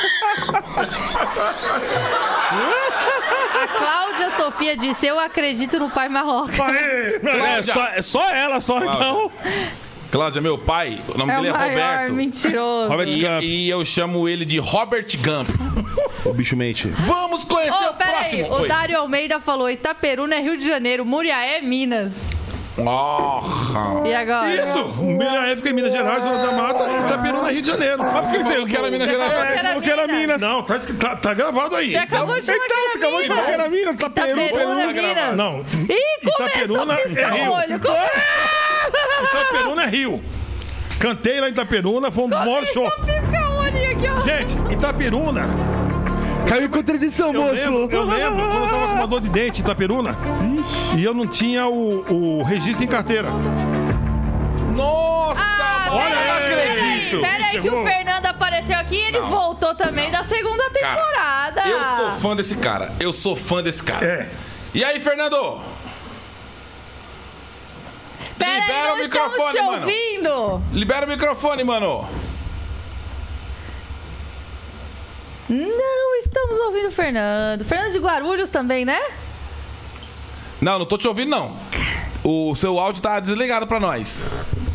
A Cláudia Sofia disse, eu acredito no pai maloca. Aê! É só, é só ela, só então. Cláudia, meu pai, o nome É o dele é maior Roberto. mentiroso. Robert Gump. E, e eu chamo ele de Robert Gump. O bicho mente. Vamos conhecer Ô, o peraí, próximo. o Oi. Dário Almeida falou, Itaperuna é Rio de Janeiro, Muriaé é Minas. Oh, E agora? Isso! Muriaé fica em Minas Gerais, Zona da Mata, e Itaperuna, Rio de Janeiro. Mas por que você falou que era Minas Você Gerais? falou que era falou que era Minas. Minas. Não, tá, escrito- tá, tá gravado aí. Você acabou de falar Então, que você era acabou de falar que era Minas, tá Peru, Itaperuna é Peru, Minas. Não, Ih, começou Itaperuna a é piscar Rio. o olho. Come- Itaperuna é Rio. Cantei lá em Itaperuna, foi um dos maiores Começou shows. a piscar o olho aqui, ó. Gente, Itaperuna, Caiu em contradição, eu moço. lembro, eu lembro quando eu tava com uma dor de dente em Itaperuna e eu não tinha o, o registro em carteira. Nossa, Ah, mano, olha eu não aí. acredito. Pera aí que o Fernando apareceu aqui e ele Não. voltou também da segunda Cara, temporada. eu sou fã desse cara. Eu sou fã desse cara. É. E aí, Fernando? Pera aí, libera não o estamos microfone, te mano. ouvindo. Libera o microfone, mano. Não estamos ouvindo o Fernando. Fernando de Guarulhos também, né? Não, não tô te ouvindo, não. O seu áudio tá desligado pra nós.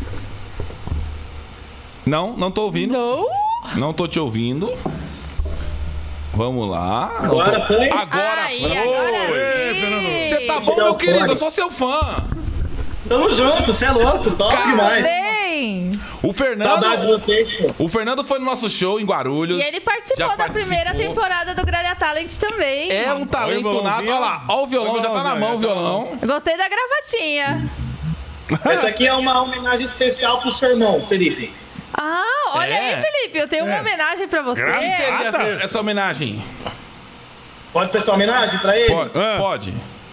Não, não tô ouvindo. Não. Não tô te ouvindo. Vamos lá. Agora tô... foi? Agora Aí, foi. agora Oi, sim. Fernando. Você tá bom, meu querido? Eu sou seu fã. Tamo junto, você é louco, top Cara, demais. Bem. O Fernando. Saudade de vocês, pô. O Fernando foi no nosso show em Guarulhos. E ele participou Já da participou. primeira temporada do Gralha Talent também. É um talento Olha o nato. violãozinho. Olha lá, olha o violão, Olha o já tá na violãozinho, mão o já tá na violão. Eu gostei da gravatinha. Essa aqui é uma homenagem especial pro seu irmão, Felipe. Ah, olha É. aí, Felipe. Eu tenho uma homenagem pra você. O que seria essa, essa homenagem? Pode prestar homenagem pra ele? Pode. Ah. Pode.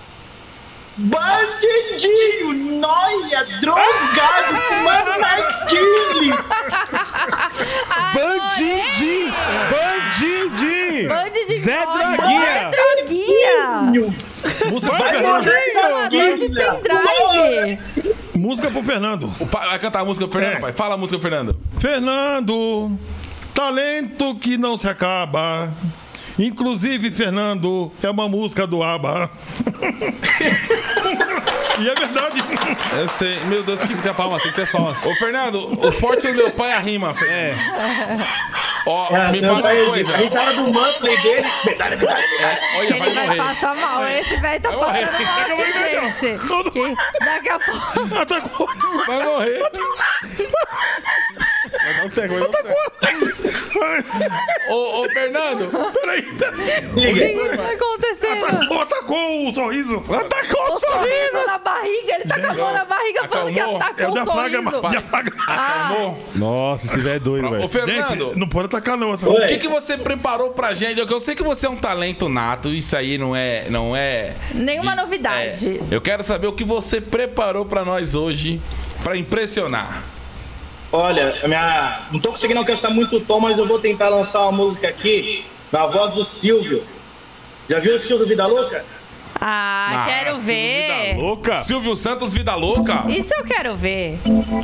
Bandidinho, noia, drogado, fumando narguile. Bandidinho! Bandidinho! Bandidinho. Zé Ó, Droguinha! Zé Droguinha. Música pro Vai Fernando. morrer, Falador de pendrive. Música pro Fernando. O pai vai cantar a música do Fernando, É. pai. Fala a música do Fernando. Fernando, talento que não se acaba. Inclusive, Fernando, é uma música do ABBA. E é verdade. Eu sei. Meu Deus, que Tem que ter palmas, tem que ter as palmas. Ô, Fernando, o forte do meu pai é a rima. É. Ó, É, me seu fala pai- uma coisa. A risada do mantle dele. Medalha, medalha, medalha. Olha, Ele vai vai morrer. passar mal. Esse velho tá Vai morrer. passando mal aqui, gente. Que daqui a pouco... Atacou. Vai morrer. Não tem, não tem. Ô, ô, Fernando. Peraí. O que que tá acontecendo? Atacou, atacou o sorriso. Atacou O sorriso na barriga. Ele tá com a mão na barriga falando que Acalmou? atacou É o o diafragma. sorriso. diafragma. Acalmou? Nossa, esse velho é doido, Ô, velho. Fernando. Gente, não pode atacar não. Essa... Oi. O que, que você preparou pra gente? Eu sei que você é um talento nato, isso aí não é. Não é Nenhuma de- novidade. é. Eu quero saber o que você preparou pra nós hoje pra impressionar. Olha, a minha... não tô conseguindo alcançar muito o tom, mas eu vou tentar lançar uma música aqui na voz do Silvio. Já viu o Silvio Vida Louca? Ah, Ah, quero ver. Vida louca? Silvio Santos, Vida Louca. Isso eu quero ver.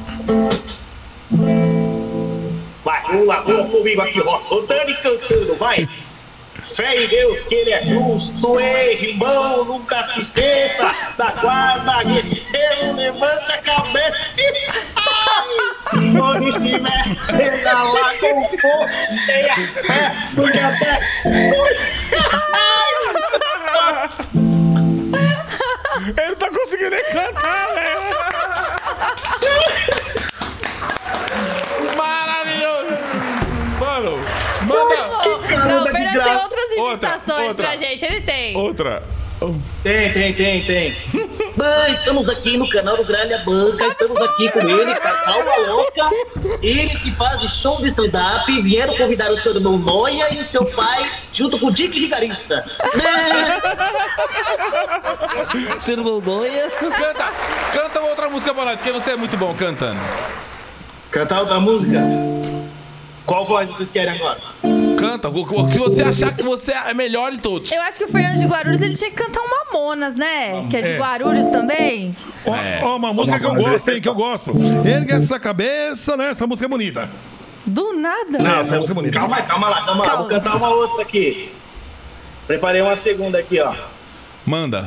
Vai, vamos lá, vamos comigo aqui, ó. Rodando e cantando, vai. Fé em Deus que ele é justo, ei, irmão, nunca se esqueça da guarda, guerreiro, levante a cabeça. Ai, onde se mexe, lá com o fogo, tenha fé, porque até... Ele não tá conseguindo nem cantar, velho. Maravilhoso! Mano, manda Não, o de Fernando tem graça. outras Outra, imitações outra. pra gente. Ele tem. outra. Tem, tem, tem, tem. Mãe, estamos aqui no canal do Gralha Banca, estamos aqui com ele, Casal Louca. Eles que fazem show de stand-up, vieram convidar o seu irmão Noia e o seu pai, junto com o Dick Vigarista. Seu irmão Noia. Canta, canta uma outra música pra nós, porque você é muito bom cantando. Cantar outra música? Qual voz vocês querem agora? Canta, o o que você achar que você é melhor de todos. Eu acho que o Fernando de Guarulhos ele tinha que cantar um Mamonas, né? Que é de É. Guarulhos também. Ó, É. ó, uma música que eu gosto, hein, que eu gosto. Ergue essa cabeça, né? Essa música é bonita. Do nada. Não, essa música é bonita. Calma aí, calma lá, calma lá. Calma. Vou cantar uma outra aqui. Preparei uma segunda aqui, ó. Manda.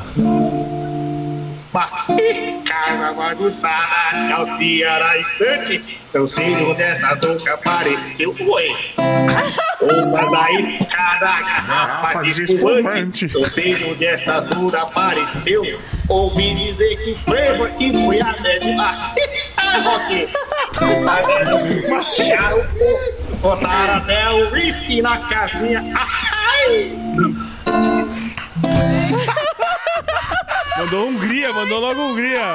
Casa bagunçada, calcinha na estante. Não sei onde essa boca apareceu. Oi. Roupa da escada, garrafa de espumante. Não sei onde essa dura apareceu. Ouvi dizer que frevo aqui foi a média. Ah, rock. Baixaram o corpo, botaram até o whisky na casinha. Ai. Mandou Hungria, mandou logo Hungria.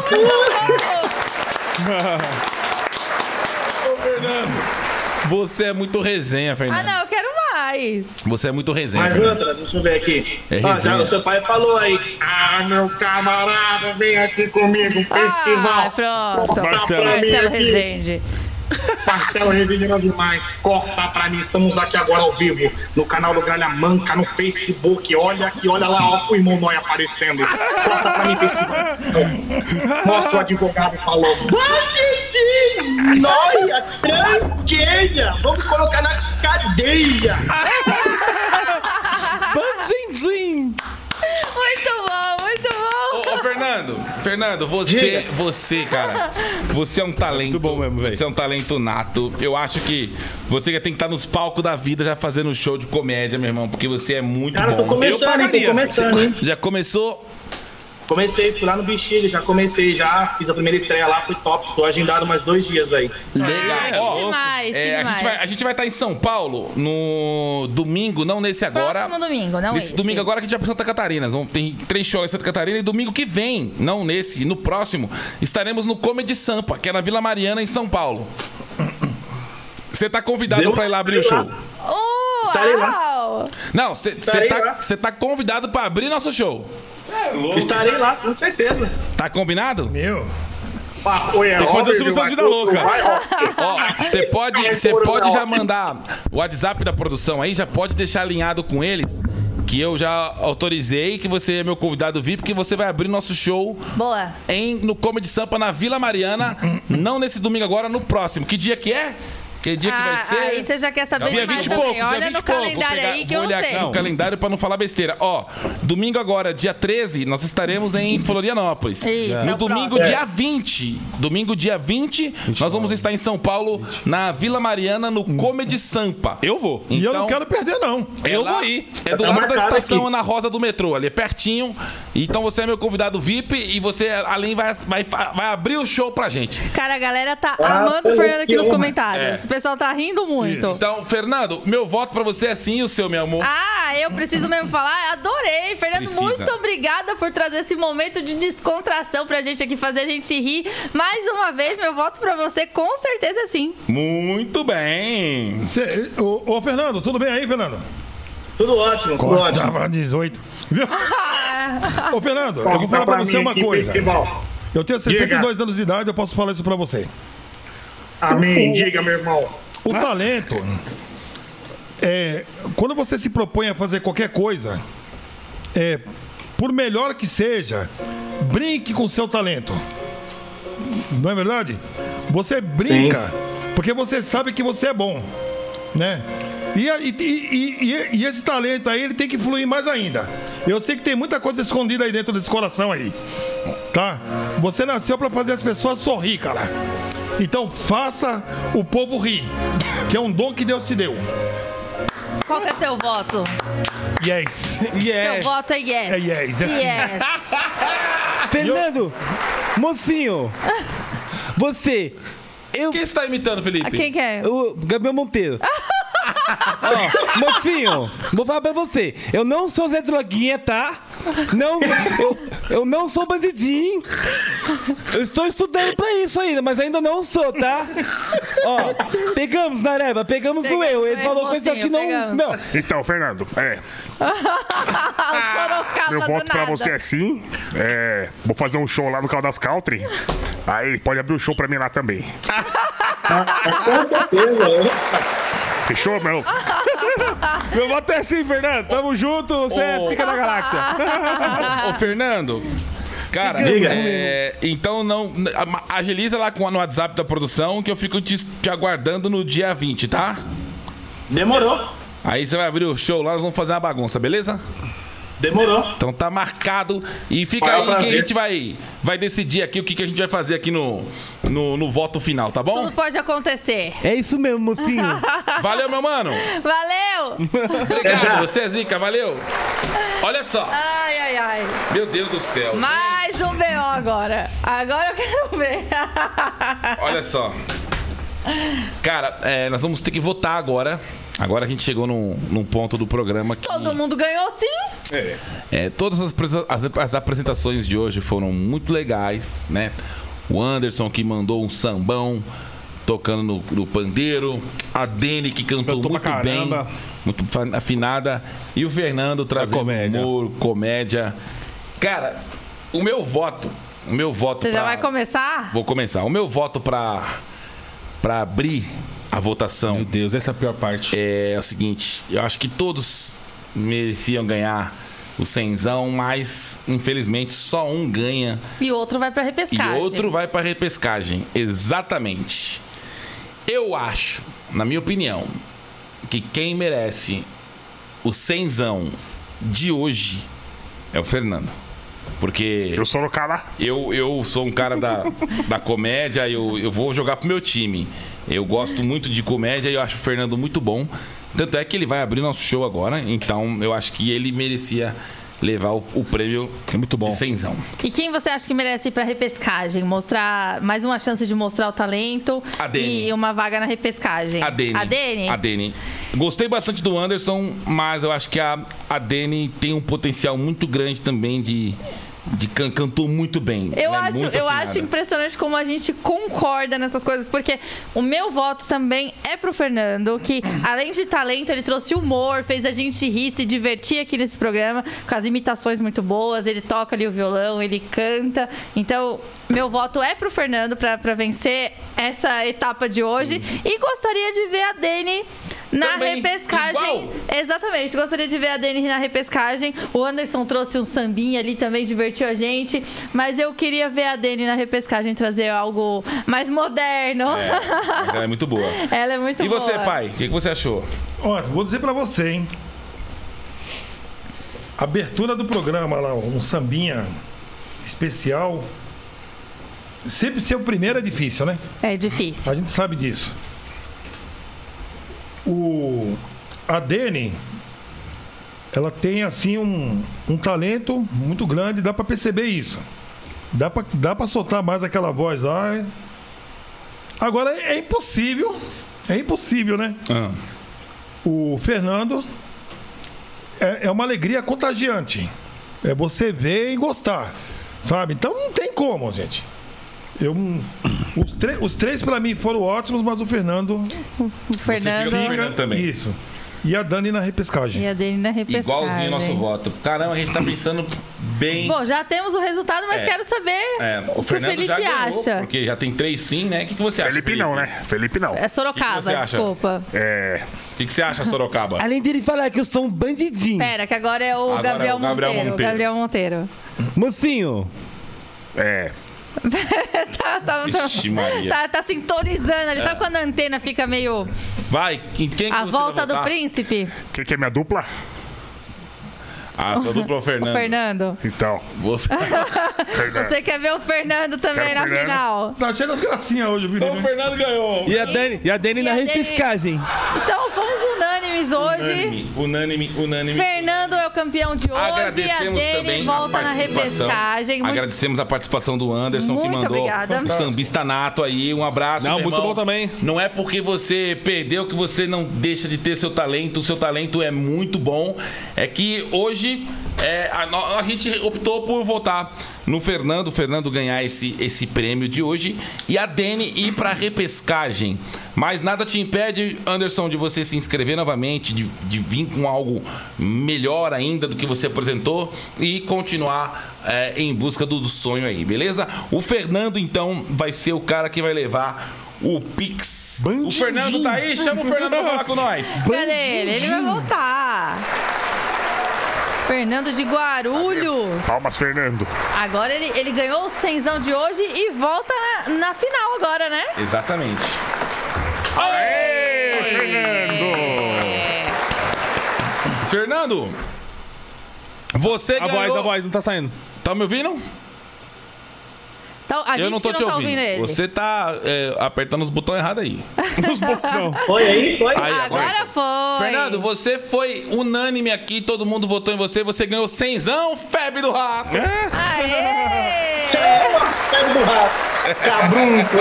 Ô, Fernando. Você é muito resenha, Fernando. Ah, não, eu quero mais. Você é muito resenha, Mais Fernando. outra, deixa eu ver aqui. É Ah, já resenha. o seu pai falou aí. Ah, meu camarada, vem aqui comigo, Ah, festival. pronto. Marcelo. Marcelo Rezende. Marcelo Revigirão demais. Corta pra mim, estamos aqui agora ao vivo no canal do Gralha Manca, no Facebook. Olha aqui, olha lá, ó, o irmão Noia aparecendo. Corta pra mim, Facebook. Mostra o advogado falou. Bandidinho, Noia, tranqueia. Vamos colocar na cadeia. Fernando, você, você, cara, você é um talento. Muito bom mesmo, velho. Você é um talento nato. Eu acho que você já tem que estar nos palcos da vida já fazendo show de comédia, meu irmão, porque você é muito Cara, bom. tô começando, hein? Tô começando, hein? Já começou? Comecei, fui lá no Bexiga, já comecei, já fiz a primeira estreia lá, foi top. Tô agendado mais dois dias aí. Legal. Ah, Ó, que demais, é, que a, demais. gente vai, a gente vai estar em São Paulo no domingo, não nesse agora. Próximo domingo, não Nesse esse. domingo agora que a gente vai pra Santa Catarina. Vamos, tem três shows em Santa Catarina e domingo que vem, não nesse, no próximo, estaremos no Comedy Sampa, que é na Vila Mariana, em São Paulo. Você tá convidado Deu- pra ir lá abrir o show. Oh, Estarei lá. uau. Não, você Estarei tá, lá. cê tá convidado pra abrir nosso show. Estarei lá, com certeza. Tá combinado? Meu. Ah, oi, é Tem que fazer o Robert, Silvio Santos Vida vai, Louca. vai, ó. Ó, você pode, Vai, você Coronel. pode já mandar o WhatsApp da produção aí, já pode deixar alinhado com eles, que eu já autorizei que você é meu convidado V I P, que você vai abrir nosso show Boa. em, no Comedy Sampa, na Vila Mariana, não nesse domingo agora, no próximo. Que dia que é? Que dia que vai Ah, ser? aí você já quer saber Dia demais vinte e também. pouco, dia Olha vinte no e pouco. calendário Vou aí pegar- que eu vou não olhar sei. aqui no calendário pra não falar besteira. Ó, domingo agora, dia treze, nós estaremos em Florianópolis. Isso, no é o domingo, próximo. dia vinte. Domingo, dia vinte, nós vamos estar em São Paulo, na Vila Mariana, no Comedy Sampa. Eu vou. E eu não Então, quero perder, não. é Eu lá- vou ir. É do Tá lado da marcado estação aqui. Ana Rosa do metrô, ali é pertinho. Então você é meu convidado V I P e você, além, vai, vai, vai abrir o show pra gente. Cara, a galera tá Ah, amando o pô, Fernando aqui que nos honra. comentários. É. O pessoal tá rindo muito. Então, Fernando, meu voto pra você é sim, e o seu, meu amor. Ah, eu preciso mesmo falar. Adorei. Fernando, Precisa. muito obrigada por trazer esse momento de descontração pra gente aqui, fazer a gente rir. Mais uma vez, meu voto pra você, com certeza sim. Muito bem. Cê, ô, ô, Fernando, tudo bem aí, Fernando? Tudo ótimo, tudo ótimo. Tava dezoito. Viu? Ô, Fernando, eu vou Conta falar pra pra você mim uma aqui, coisa. festival. Eu tenho sessenta e dois anos de idade, eu posso falar isso pra você. Amém, diga, meu irmão. O talento é quando você se propõe a fazer qualquer coisa, é por melhor que seja, brinque com o seu talento. Não é verdade? Você brinca porque você sabe que você é bom, né? E, a- e, e- e- e esse talento aí, ele tem que fluir mais ainda. Eu sei que tem muita coisa escondida aí dentro desse coração aí, tá? Você nasceu pra fazer as pessoas sorrir, cara. Então faça o povo rir, que é um dom que Deus te deu. Qual que é seu voto? Yes. Seu voto é yes. É yes, é sim. Yes. Fernando, mocinho, você, eu, Quem está imitando, Felipe? Quem que é? o Gabriel Monteiro. Ó, mocinho, vou falar pra você. Eu não sou Zé Droguinha, tá? Não, eu, eu não sou bandidinho. Eu estou estudando pra isso ainda, mas ainda não sou, tá? Ó, pegamos, Nareba, pegamos, Pegamos o eu. Ele ele, falou coisa mocinho, que não. pegamos. Não. Então, Fernando, é. Sorocaba Meu do voto pra nada. você é sim. É, vou fazer um show lá no Caldas Country. Aí pode abrir o show pra mim lá também. Com certeza. Fechou, meu? Meu voto é assim, Fernando. Tamo junto, você é pica da galáxia. Ô, Fernando. Cara, Diga. é, então não. Agiliza lá com no WhatsApp da produção que eu fico te, te aguardando no dia vinte, tá? Demorou. Aí você vai abrir o show lá, nós vamos fazer uma bagunça, beleza? Demorou. Então tá marcado. E fica Maior aí que a prazer. gente vai, vai decidir aqui o que, que a gente vai fazer aqui no, no, no voto final, tá bom? Tudo pode acontecer. É isso mesmo, mocinho. Valeu, meu mano. Valeu! Obrigado, você é zica, valeu. Olha só. Ai, ai, ai. Meu Deus do céu. Mais um B O agora. Agora eu quero ver. Olha só. Cara, é, nós vamos ter que votar agora. Agora a gente chegou num, num ponto do programa que... Todo mundo ganhou sim? É, todas as, apresa- as, as apresentações de hoje foram muito legais, né? O Anderson que mandou um sambão tocando no, no pandeiro, a Dene que cantou Cantou pra muito bem, caramba. muito fa- afinada, e o Fernando trazendo comédia. humor, comédia. Cara, o meu voto, o meu voto Você já pra- vai começar? Vou começar. O meu voto pra para abrir a votação Meu Deus, essa é a pior parte. é o seguinte, eu acho que todos mereciam ganhar o cenzão, mas infelizmente só um ganha E o outro vai pra e repescagem. outro vai para repescagem. Exatamente. Eu acho, na minha opinião, que quem merece o cenzão de hoje é o Fernando. Porque... Eu Sorocaba. Eu, eu sou um cara da, da comédia, eu, eu vou jogar pro meu time. Eu gosto muito de comédia e eu acho o Fernando muito bom. Tanto é que ele vai abrir nosso show agora, então eu acho que ele merecia levar o, o prêmio é muito bom. de cenzão. E quem você acha que merece ir pra repescagem? Mostrar mais uma chance de mostrar o talento A Deni. e uma vaga na repescagem. A Deni. A Deni? A Deni. Gostei bastante do Anderson, mas eu acho que a, a Deni tem um potencial muito grande também de... De can, cantou muito bem. Eu, Ela é acho, muito eu afinada. acho impressionante como a gente concorda nessas coisas, porque o meu voto também é pro Fernando, que além de talento, ele trouxe humor, fez a gente rir, se divertir aqui nesse programa, com as imitações muito boas, ele toca ali o violão, ele canta. Então, meu voto é pro Fernando pra, pra vencer essa etapa de hoje. Sim. E gostaria de ver a Deni na também, repescagem. Igual. Exatamente, gostaria de ver a Deni na repescagem. O Anderson trouxe um sambinha ali também, divertiu a gente. Mas eu queria ver a Deni na repescagem trazer algo mais moderno. É, ela é muito boa. Ela é muito e boa. E você, pai? O que, que você achou? Ó, vou dizer pra você, hein? Abertura do programa lá, um sambinha especial. Sempre ser o primeiro é difícil, né? É difícil. A gente sabe disso. O, a Deni, ela tem assim um, um talento muito grande, dá pra perceber isso. Dá pra, dá pra soltar mais aquela voz lá. Agora é impossível, é impossível, né? Ah. O Fernando é, é uma alegria contagiante. É você ver e gostar, sabe? Então não tem como, gente. Eu, os, os três pra mim foram ótimos, mas o Fernando. O Fernando, Você fica com o Fernando também. Isso. E a Dani na repescagem. E a Deni na repescagem. Igualzinho o nosso voto. Caramba, a gente tá pensando bem. Bom, já temos o resultado, mas É. quero saber É, o, o que Fernando o Felipe já ganhou, acha. porque já tem três sim, né? O que, que você acha? Felipe não, né? Felipe não. É Que Sorocaba, que você acha? desculpa. É. O que, que você acha, Sorocaba? Além dele falar que eu sou um bandidinho. Pera, que agora é o Agora Gabriel, é o Gabriel Monteiro. Monteiro. Gabriel Monteiro. Mocinho, É. tá, tá, tá, Vixe, Maria. tá, tá sintonizando ali. Sabe quando a antena fica meio. Vai, em quem que A você volta vai do votar? príncipe? Quem que é minha dupla? Ah, sua dupla é o O Fernando. Fernando. Então. Você... Fernando. Você quer ver o Fernando também Quero na Fernando. final? Tá cheio das gracinhas hoje, viu? Então o Fernando ganhou. e a Dani, e a Dani E na a Dani- repescagem. Então fomos unânimes hoje. Unânime, unânime, unânime. Fernando é o campeão de hoje. Agradecemos e a também Deni volta a na participação. repescagem. Muito... Agradecemos a participação do Anderson, que Muito mandou obrigada. o sambista nato aí. Um abraço, Não, meu muito irmão. bom também. Não é porque você perdeu que você não deixa de ter seu talento. O seu talento é muito bom. É que hoje é, a, no- a gente optou por votar no Fernando, o Fernando ganhar esse, esse prêmio de hoje e a Deni ir pra repescagem. Mas nada te impede, Anderson, de você se inscrever novamente, de, de vir com algo melhor ainda do que você apresentou e continuar é, em busca do, do sonho aí, beleza? O Fernando, então, vai ser o cara que vai levar o Pix. O Fernando tá aí? Chama o Fernando pra falar com nós. Cadê ele? Ele vai voltar. Fernando de Guarulhos. Palmas, Fernando. Agora ele, ele ganhou o cenzão de hoje e volta na, na final agora, né? Exatamente. Aê, Fernando! Fernando, você A ganhou... voz, a voz, não tá saindo. Tá me ouvindo? Então, a gente Eu não tô que te não tá ouvindo. ouvindo ele. Você tá é, apertando os botões errados aí. Os botão. Foi aí, foi? Aí, Agora foi. Fernando, você foi unânime aqui, todo mundo votou em você, você ganhou cenzão, febre do rato. Aê! Pega do rato. Cabrunco.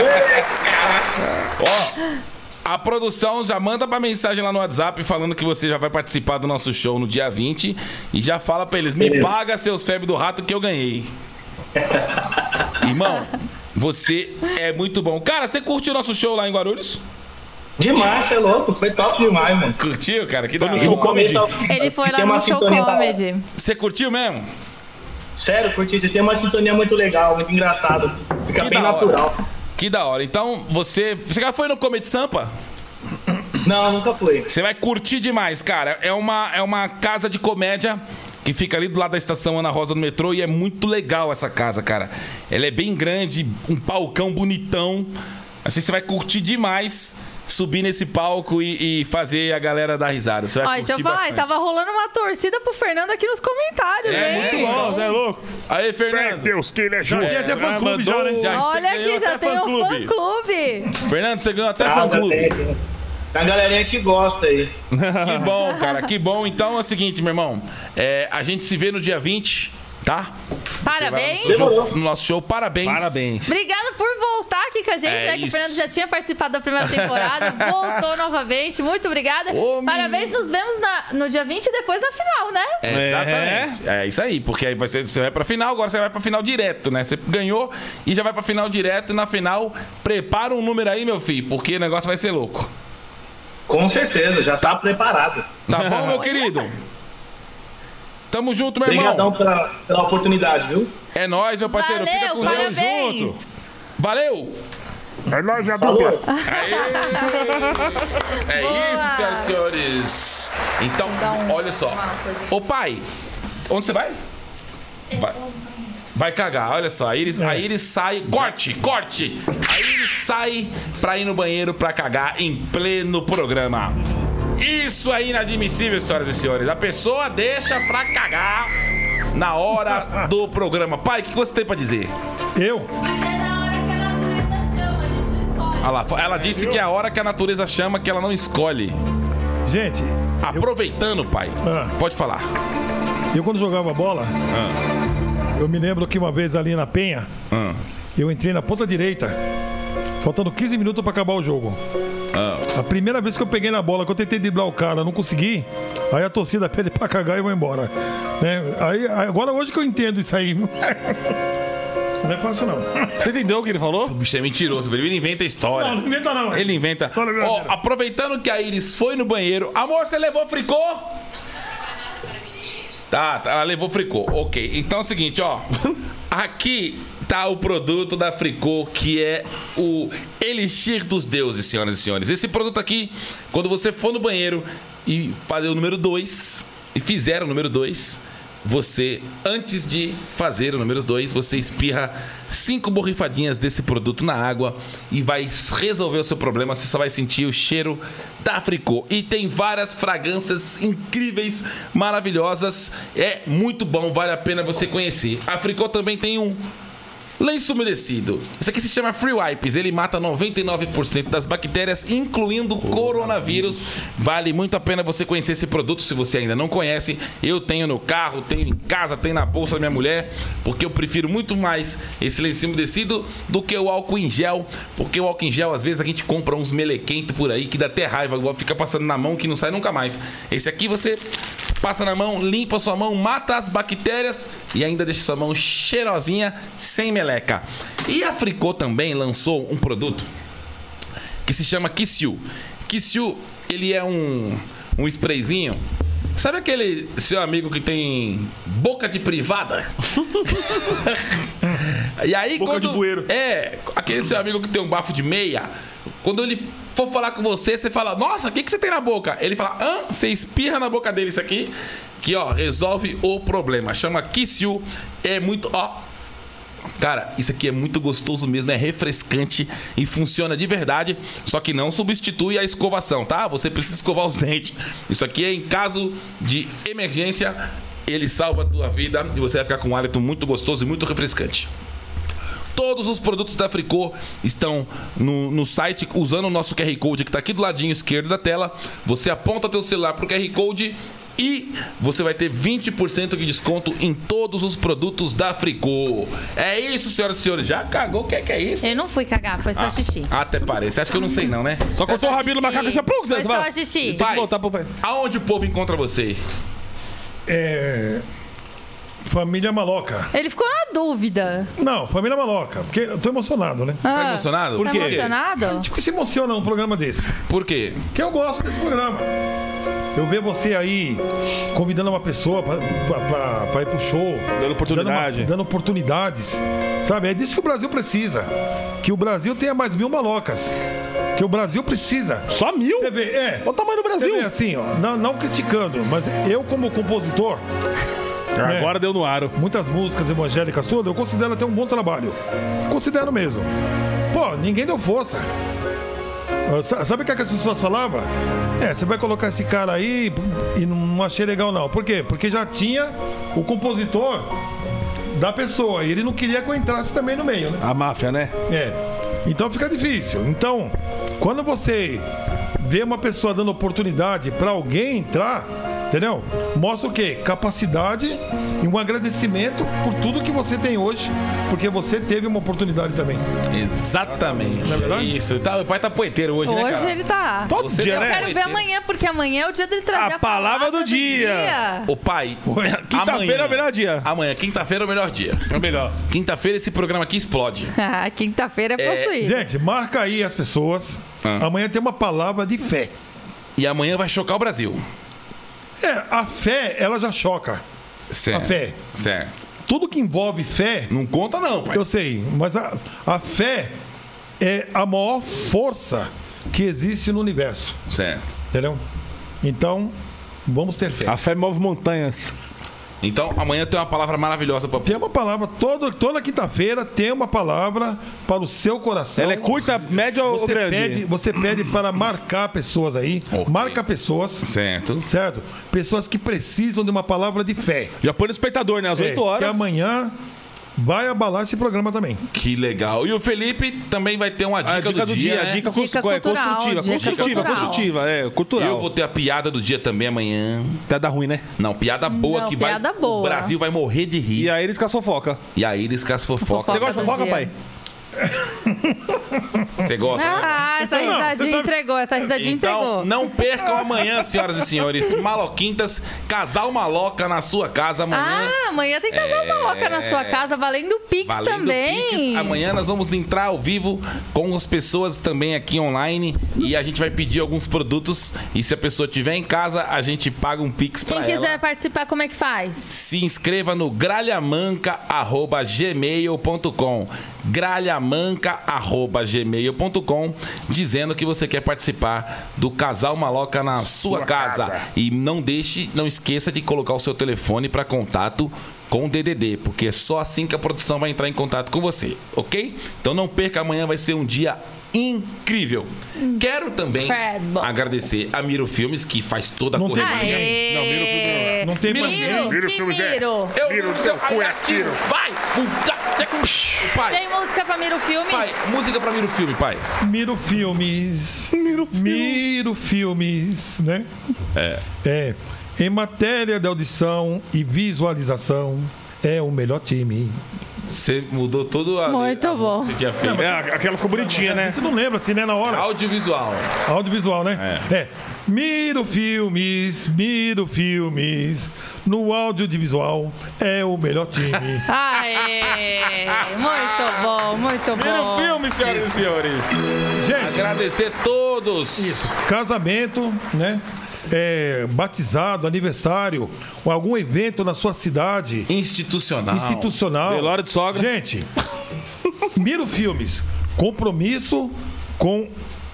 Ó, a produção já manda pra mensagem lá no WhatsApp falando que você já vai participar do nosso show no dia vinte e já fala pra eles, me Beleza. paga seus febre do rato que eu ganhei. Irmão, você é muito bom. Cara, você curtiu o nosso show lá em Guarulhos? Demais, você é louco. Foi top demais, mano. Curtiu, cara? Que da no hora. show Do começo ao- Ele foi lá tem no uma show sintonia da hora. comedy. Você curtiu mesmo? Sério, curti. Vocês têm uma sintonia muito legal, muito engraçado. Fica Que bem da hora. natural. Que da hora. Então, você... Você já foi no Comedy Sampa? Não, nunca foi. Você vai curtir demais, cara. É uma, é uma casa de comédia que fica ali do lado da estação Ana Rosa no metrô e é muito legal essa casa, cara. Ela é bem grande, um palcão bonitão. Assim, você vai curtir demais. subir nesse palco e, e fazer a galera dar risada. Você vai Ó, deixa eu curtir falar, bastante. tava rolando uma torcida pro Fernando aqui nos comentários, É, hein? muito bom, Você é louco? Aí, Fé Fernando. Deus que ele é Já justo. tem até Ah, fã-clube já, né? já Olha ganhou aqui, já até tem um fã-clube. fã-clube. Fernando, você ganhou até Ah, fã-clube. tem- Tem a galerinha que gosta aí. Que bom, cara, que bom. Então é o seguinte, meu irmão. É, a gente se vê no dia vinte, tá? Parabéns. Você vai no nosso show, no nosso show. Parabéns. Parabéns. Obrigada por voltar aqui com a gente, É né? Que o isso. Fernando já tinha participado da primeira temporada, voltou novamente. Muito obrigada. Ô, Parabéns, nos vemos na- no dia vinte e depois na final, né? É, exatamente. É. isso aí, porque aí vai ser, você vai pra final, agora você vai pra final direto, né? Você ganhou e já vai pra final direto e na final prepara um número aí, meu filho, porque o negócio vai ser louco. Com certeza, já tá preparado. Tá bom, meu querido? Tamo junto, meu irmão. Obrigadão pela, pela oportunidade, viu? É nóis, meu parceiro. Fica Valeu, com Deus. parabéns. Valeu! É nóis, já Falou. dupla. Aê! É isso, senhoras e senhores. Então, olha só. Ô pai, onde você vai? Vai, vai cagar, olha só. Aí ele, aí ele sai. Corte, corte! Aí ele sai pra ir no banheiro pra cagar em pleno programa. Isso é inadmissível, senhoras e senhores. A pessoa deixa pra cagar na hora do programa. Pai, o que você tem pra dizer? Eu? Olha lá, ela disse que é a hora que a natureza chama que ela não escolhe. Gente, Aproveitando, pai, Ah. pode falar. eu quando jogava bola, Ah, eu me lembro que uma vez ali na Penha, ah, eu entrei na ponta direita, faltando quinze minutos pra acabar o jogo. ah. A primeira vez que eu peguei na bola, que eu tentei driblar o cara, não consegui, aí a torcida pede pra cagar e vai embora. Né? Aí, agora hoje que eu entendo isso aí. Não é fácil não. Você entendeu o que ele falou? O bicho é mentiroso, ele inventa história. Não, não inventa não. Ele inventa. Só na Ó, brincadeira. aproveitando que a Iris foi no banheiro. Amor, você levou fricô? Tá, tá, ela levou fricô. Ok. Então é o seguinte, ó. Aqui tá o produto da Fricô, que é o Elixir dos Deuses, senhoras e senhores. Esse produto aqui, quando você for no banheiro e fazer o número dois, e fizer o número dois, você, antes de fazer o número dois, você espirra cinco borrifadinhas desse produto na água e vai resolver o seu problema. Você só vai sentir o cheiro da Fricô. E tem várias fragrâncias incríveis, maravilhosas. É muito bom, vale a pena você conhecer. A Fricô também tem um lenço umedecido. Isso aqui se chama Free Wipes. Ele mata noventa e nove por cento das bactérias, incluindo coronavírus. Vale muito a pena você conhecer esse produto se você ainda não conhece. Eu tenho no carro, tenho em casa, tenho na bolsa da minha mulher, porque eu prefiro muito mais esse lenço umedecido do que o álcool em gel. Porque o álcool em gel, às vezes, a gente compra uns melequentos por aí que dá até raiva, fica passando na mão que não sai nunca mais. Esse aqui você passa na mão, limpa sua mão, mata as bactérias e ainda deixa sua mão cheirosinha, sem meleca. E a Fricô também lançou um produto que se chama Kissiu. Kissiu, ele é um, um sprayzinho. Sabe aquele seu amigo que tem boca de privada? E aí, Boca quando, de bueiro. É, aquele seu amigo que tem um bafo de meia. Quando ele for falar com você, você fala, nossa, o que, que você tem na boca? Ele fala, hã? Você espirra na boca dele isso aqui, que ó, resolve o problema. Chama Kissiu, é muito, ó. Cara, isso aqui é muito gostoso mesmo, é refrescante e funciona de verdade, só que não substitui a escovação, tá? Você precisa escovar os dentes. Isso aqui é em caso de emergência, ele salva a tua vida e você vai ficar com um hálito muito gostoso e muito refrescante. Todos os produtos da Fricô estão no, no site usando o nosso Q R Code que está aqui do ladinho esquerdo da tela. Você aponta teu celular pro Q R Code e você vai ter vinte por cento de desconto em todos os produtos da Fricô. É isso, senhoras e senhores. Já cagou? O que é, que é isso? Eu não fui cagar, foi só xixi. Até parece. Acha que eu não sei não, né? Só cortou o rabinho do macaco e você... Pum, Foi você só vai- xixi. Tem que Pai, voltar pro pé. aonde o povo encontra você? É. Família Maloca. Ele ficou na dúvida. Não, Família Maloca. Porque eu tô emocionado, né? Tá Ah, emocionado? Tá emocionado? Tipo, que se emociona num programa desse. Por quê? Porque eu gosto desse programa. Eu ver você aí convidando uma pessoa pra, pra, pra, pra ir pro show. Dando oportunidade. Dando, uma- dando oportunidades. Sabe? É disso que o Brasil precisa. Que o Brasil tenha mais mil malocas. Que o Brasil precisa. Só mil? Você vê, é. Olha o tamanho do Você Brasil. vê assim, ó. Não, não criticando, mas eu, como compositor. Agora É. deu no aro. Muitas músicas evangélicas todas, eu considero até um bom trabalho. Considero mesmo. Pô, ninguém deu força. Sabe o que, é que as pessoas falavam? É, você vai colocar esse cara aí e não achei legal não. Por quê? Porque já tinha o compositor da pessoa e ele não queria que eu entrasse também no meio, né? A máfia, né? É. Então fica difícil. Então, quando você vê uma pessoa dando oportunidade pra alguém entrar, entendeu? Mostra o quê? Capacidade e um agradecimento por tudo que você tem hoje, porque você teve uma oportunidade também. Exatamente. Não é verdade? Isso. Tá, o pai tá poeteiro hoje, né, Hoje cara? ele tá. Todo Você dia, Eu tá né? quero ver poeteiro. amanhã, porque amanhã é o dia dele trazer A a, palavra do dia. O pai, Quinta-feira é o melhor dia. Amanhã, quinta-feira é o melhor dia. É o melhor. Quinta-feira esse programa aqui explode. Ah, Quinta-feira é possuído. Gente, marca aí as pessoas. Ah. Amanhã tem uma palavra de fé. E amanhã vai chocar o Brasil. É, a fé, ela já choca. Certo. A fé. Certo. Tudo que envolve fé, Não conta não, pai. eu sei, mas a, a fé é a maior força que existe no universo. Certo. Entendeu? Então, vamos ter fé. A fé move montanhas. Então, amanhã tem uma palavra maravilhosa pra... Tem uma palavra, todo, toda quinta-feira tem uma palavra para o seu coração. Ela é curta, média ou Você grande? pede, você pede para marcar pessoas aí. Ok. Marca pessoas. Certo. Certo? Pessoas que precisam de uma palavra de fé. Já põe no espectador, né? Às É, oito que horas. amanhã vai abalar esse programa também. Que legal. E o Felipe também vai ter uma dica, A dica do, dia, né? a dica, Dica cons- é, cultural, construtiva. dica Construtiva, cultural. construtiva, é, cultural. Eu vou ter a piada do dia também amanhã. Piada ruim, né? Não, piada boa Não, que piada vai... boa. O Brasil vai morrer de rir. E aí eles com a fofoca. E aí eles com as fofocas. Você gosta de do fofoca, dia. pai? Você gosta? né? Ah, essa Não, risadinha você sabe- entregou, essa risadinha Então, entregou. não percam amanhã, senhoras e senhores. Maloquintas, casal maloca na sua casa amanhã. Ah, amanhã tem casal maloca na sua casa, valendo Pix Valendo também. Pix. Amanhã nós vamos entrar ao vivo com as pessoas também aqui online e a gente vai pedir alguns produtos e se a pessoa estiver em casa, a gente paga um Pix pra Quem ela. quiser participar, como é que faz? Se inscreva no gralhamanca arroba gmail ponto com gralhamanca arroba gmail ponto com dizendo que você quer participar do Casal Maloca na sua, Sua casa. casa. E não deixe, não esqueça de colocar o seu telefone para contato com o D D D, porque é só assim que a produção vai entrar em contato com você, ok? Então não perca, amanhã vai ser um dia incrível. Quero também Incredible. agradecer a Miro Filmes, que faz toda a Não tem correria. Aê! Não, mira o filme Não tem mais Miro, ninguém. Miro que filmes é- Miro. Eu, Miro eu, seu cu é aí, tiro. Vai! Puta, tchê, pai, Tem música pra Miro Filmes? pai, música pra Miro Filme, pai. Miro Filmes. Miro Filmes. Miro Filmes, né? É. É. Em matéria de audição e visualização, é o melhor time. Você mudou todo a, Muito a bom. música que você tinha feito. É, aquela ficou bonitinha, né? Você não lembra assim, né? Na hora. Audiovisual. Audiovisual, né? É. Miro Filmes, Miro Filmes. No audiovisual é o melhor time. Aê! Muito bom, muito Miro bom. Filme, senhoras e senhores. Gente, Agradecer todos. isso. Casamento, né? É, batizado, aniversário, ou algum evento na sua cidade. Institucional. Institucional. Velório de sogra. Gente, Miro Filmes. Compromisso com.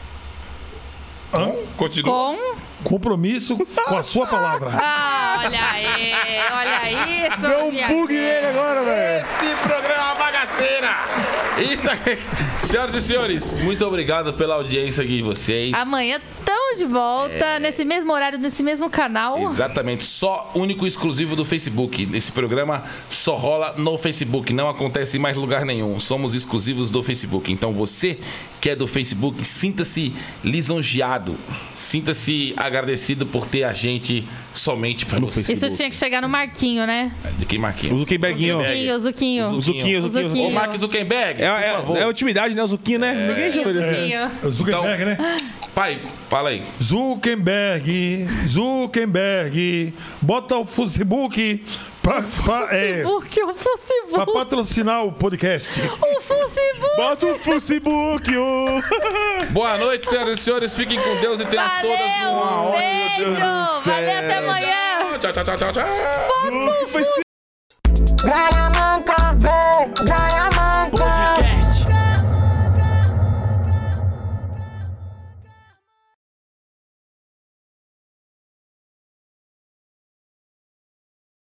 Hã? Continua. Com... Compromisso com a sua palavra. Ah, olha aí, olha isso, Deu um minha bug filha. nele agora, velho. Esse programa é uma bagaceira. Isso aqui. Senhoras e senhores, muito obrigado pela audiência aqui de vocês. Amanhã estamos de volta, nesse mesmo horário, nesse mesmo canal. Exatamente, só único e exclusivo do Facebook. Esse programa só rola no Facebook, não acontece em mais lugar nenhum. Somos exclusivos do Facebook. Então você que é do Facebook, sinta-se lisonjeado, sinta-se agradecido por ter a gente somente para você. Isso tinha que chegar no Marquinho, né? De quem, O Marquinhos? Zuckerberguinho. Zuquinho, Zuquinho. O Zuquinho, o Zuquinho. Zuquinho. Ô, Mark Zuckerberg, É, por é, favor. é intimidade, né? O Zuquinho, né? Ninguém chama Zuquinho, ele. Zuquinho. Zuckerberg, né? Pai, fala aí. Zuckerberg, Zuckerberg, bota o Facebook pra, pra, é, Facebook, o pra Facebook. patrocinar o podcast. O Facebook. Bota o Facebook, ô. Boa noite, senhoras e senhores. Fiquem com Deus e tenham todas Valeu, uma um ótima... beijo. Valeu, até amanhã. Tchau, tchau, tchau, tchau, tchau. Vai ser Gralha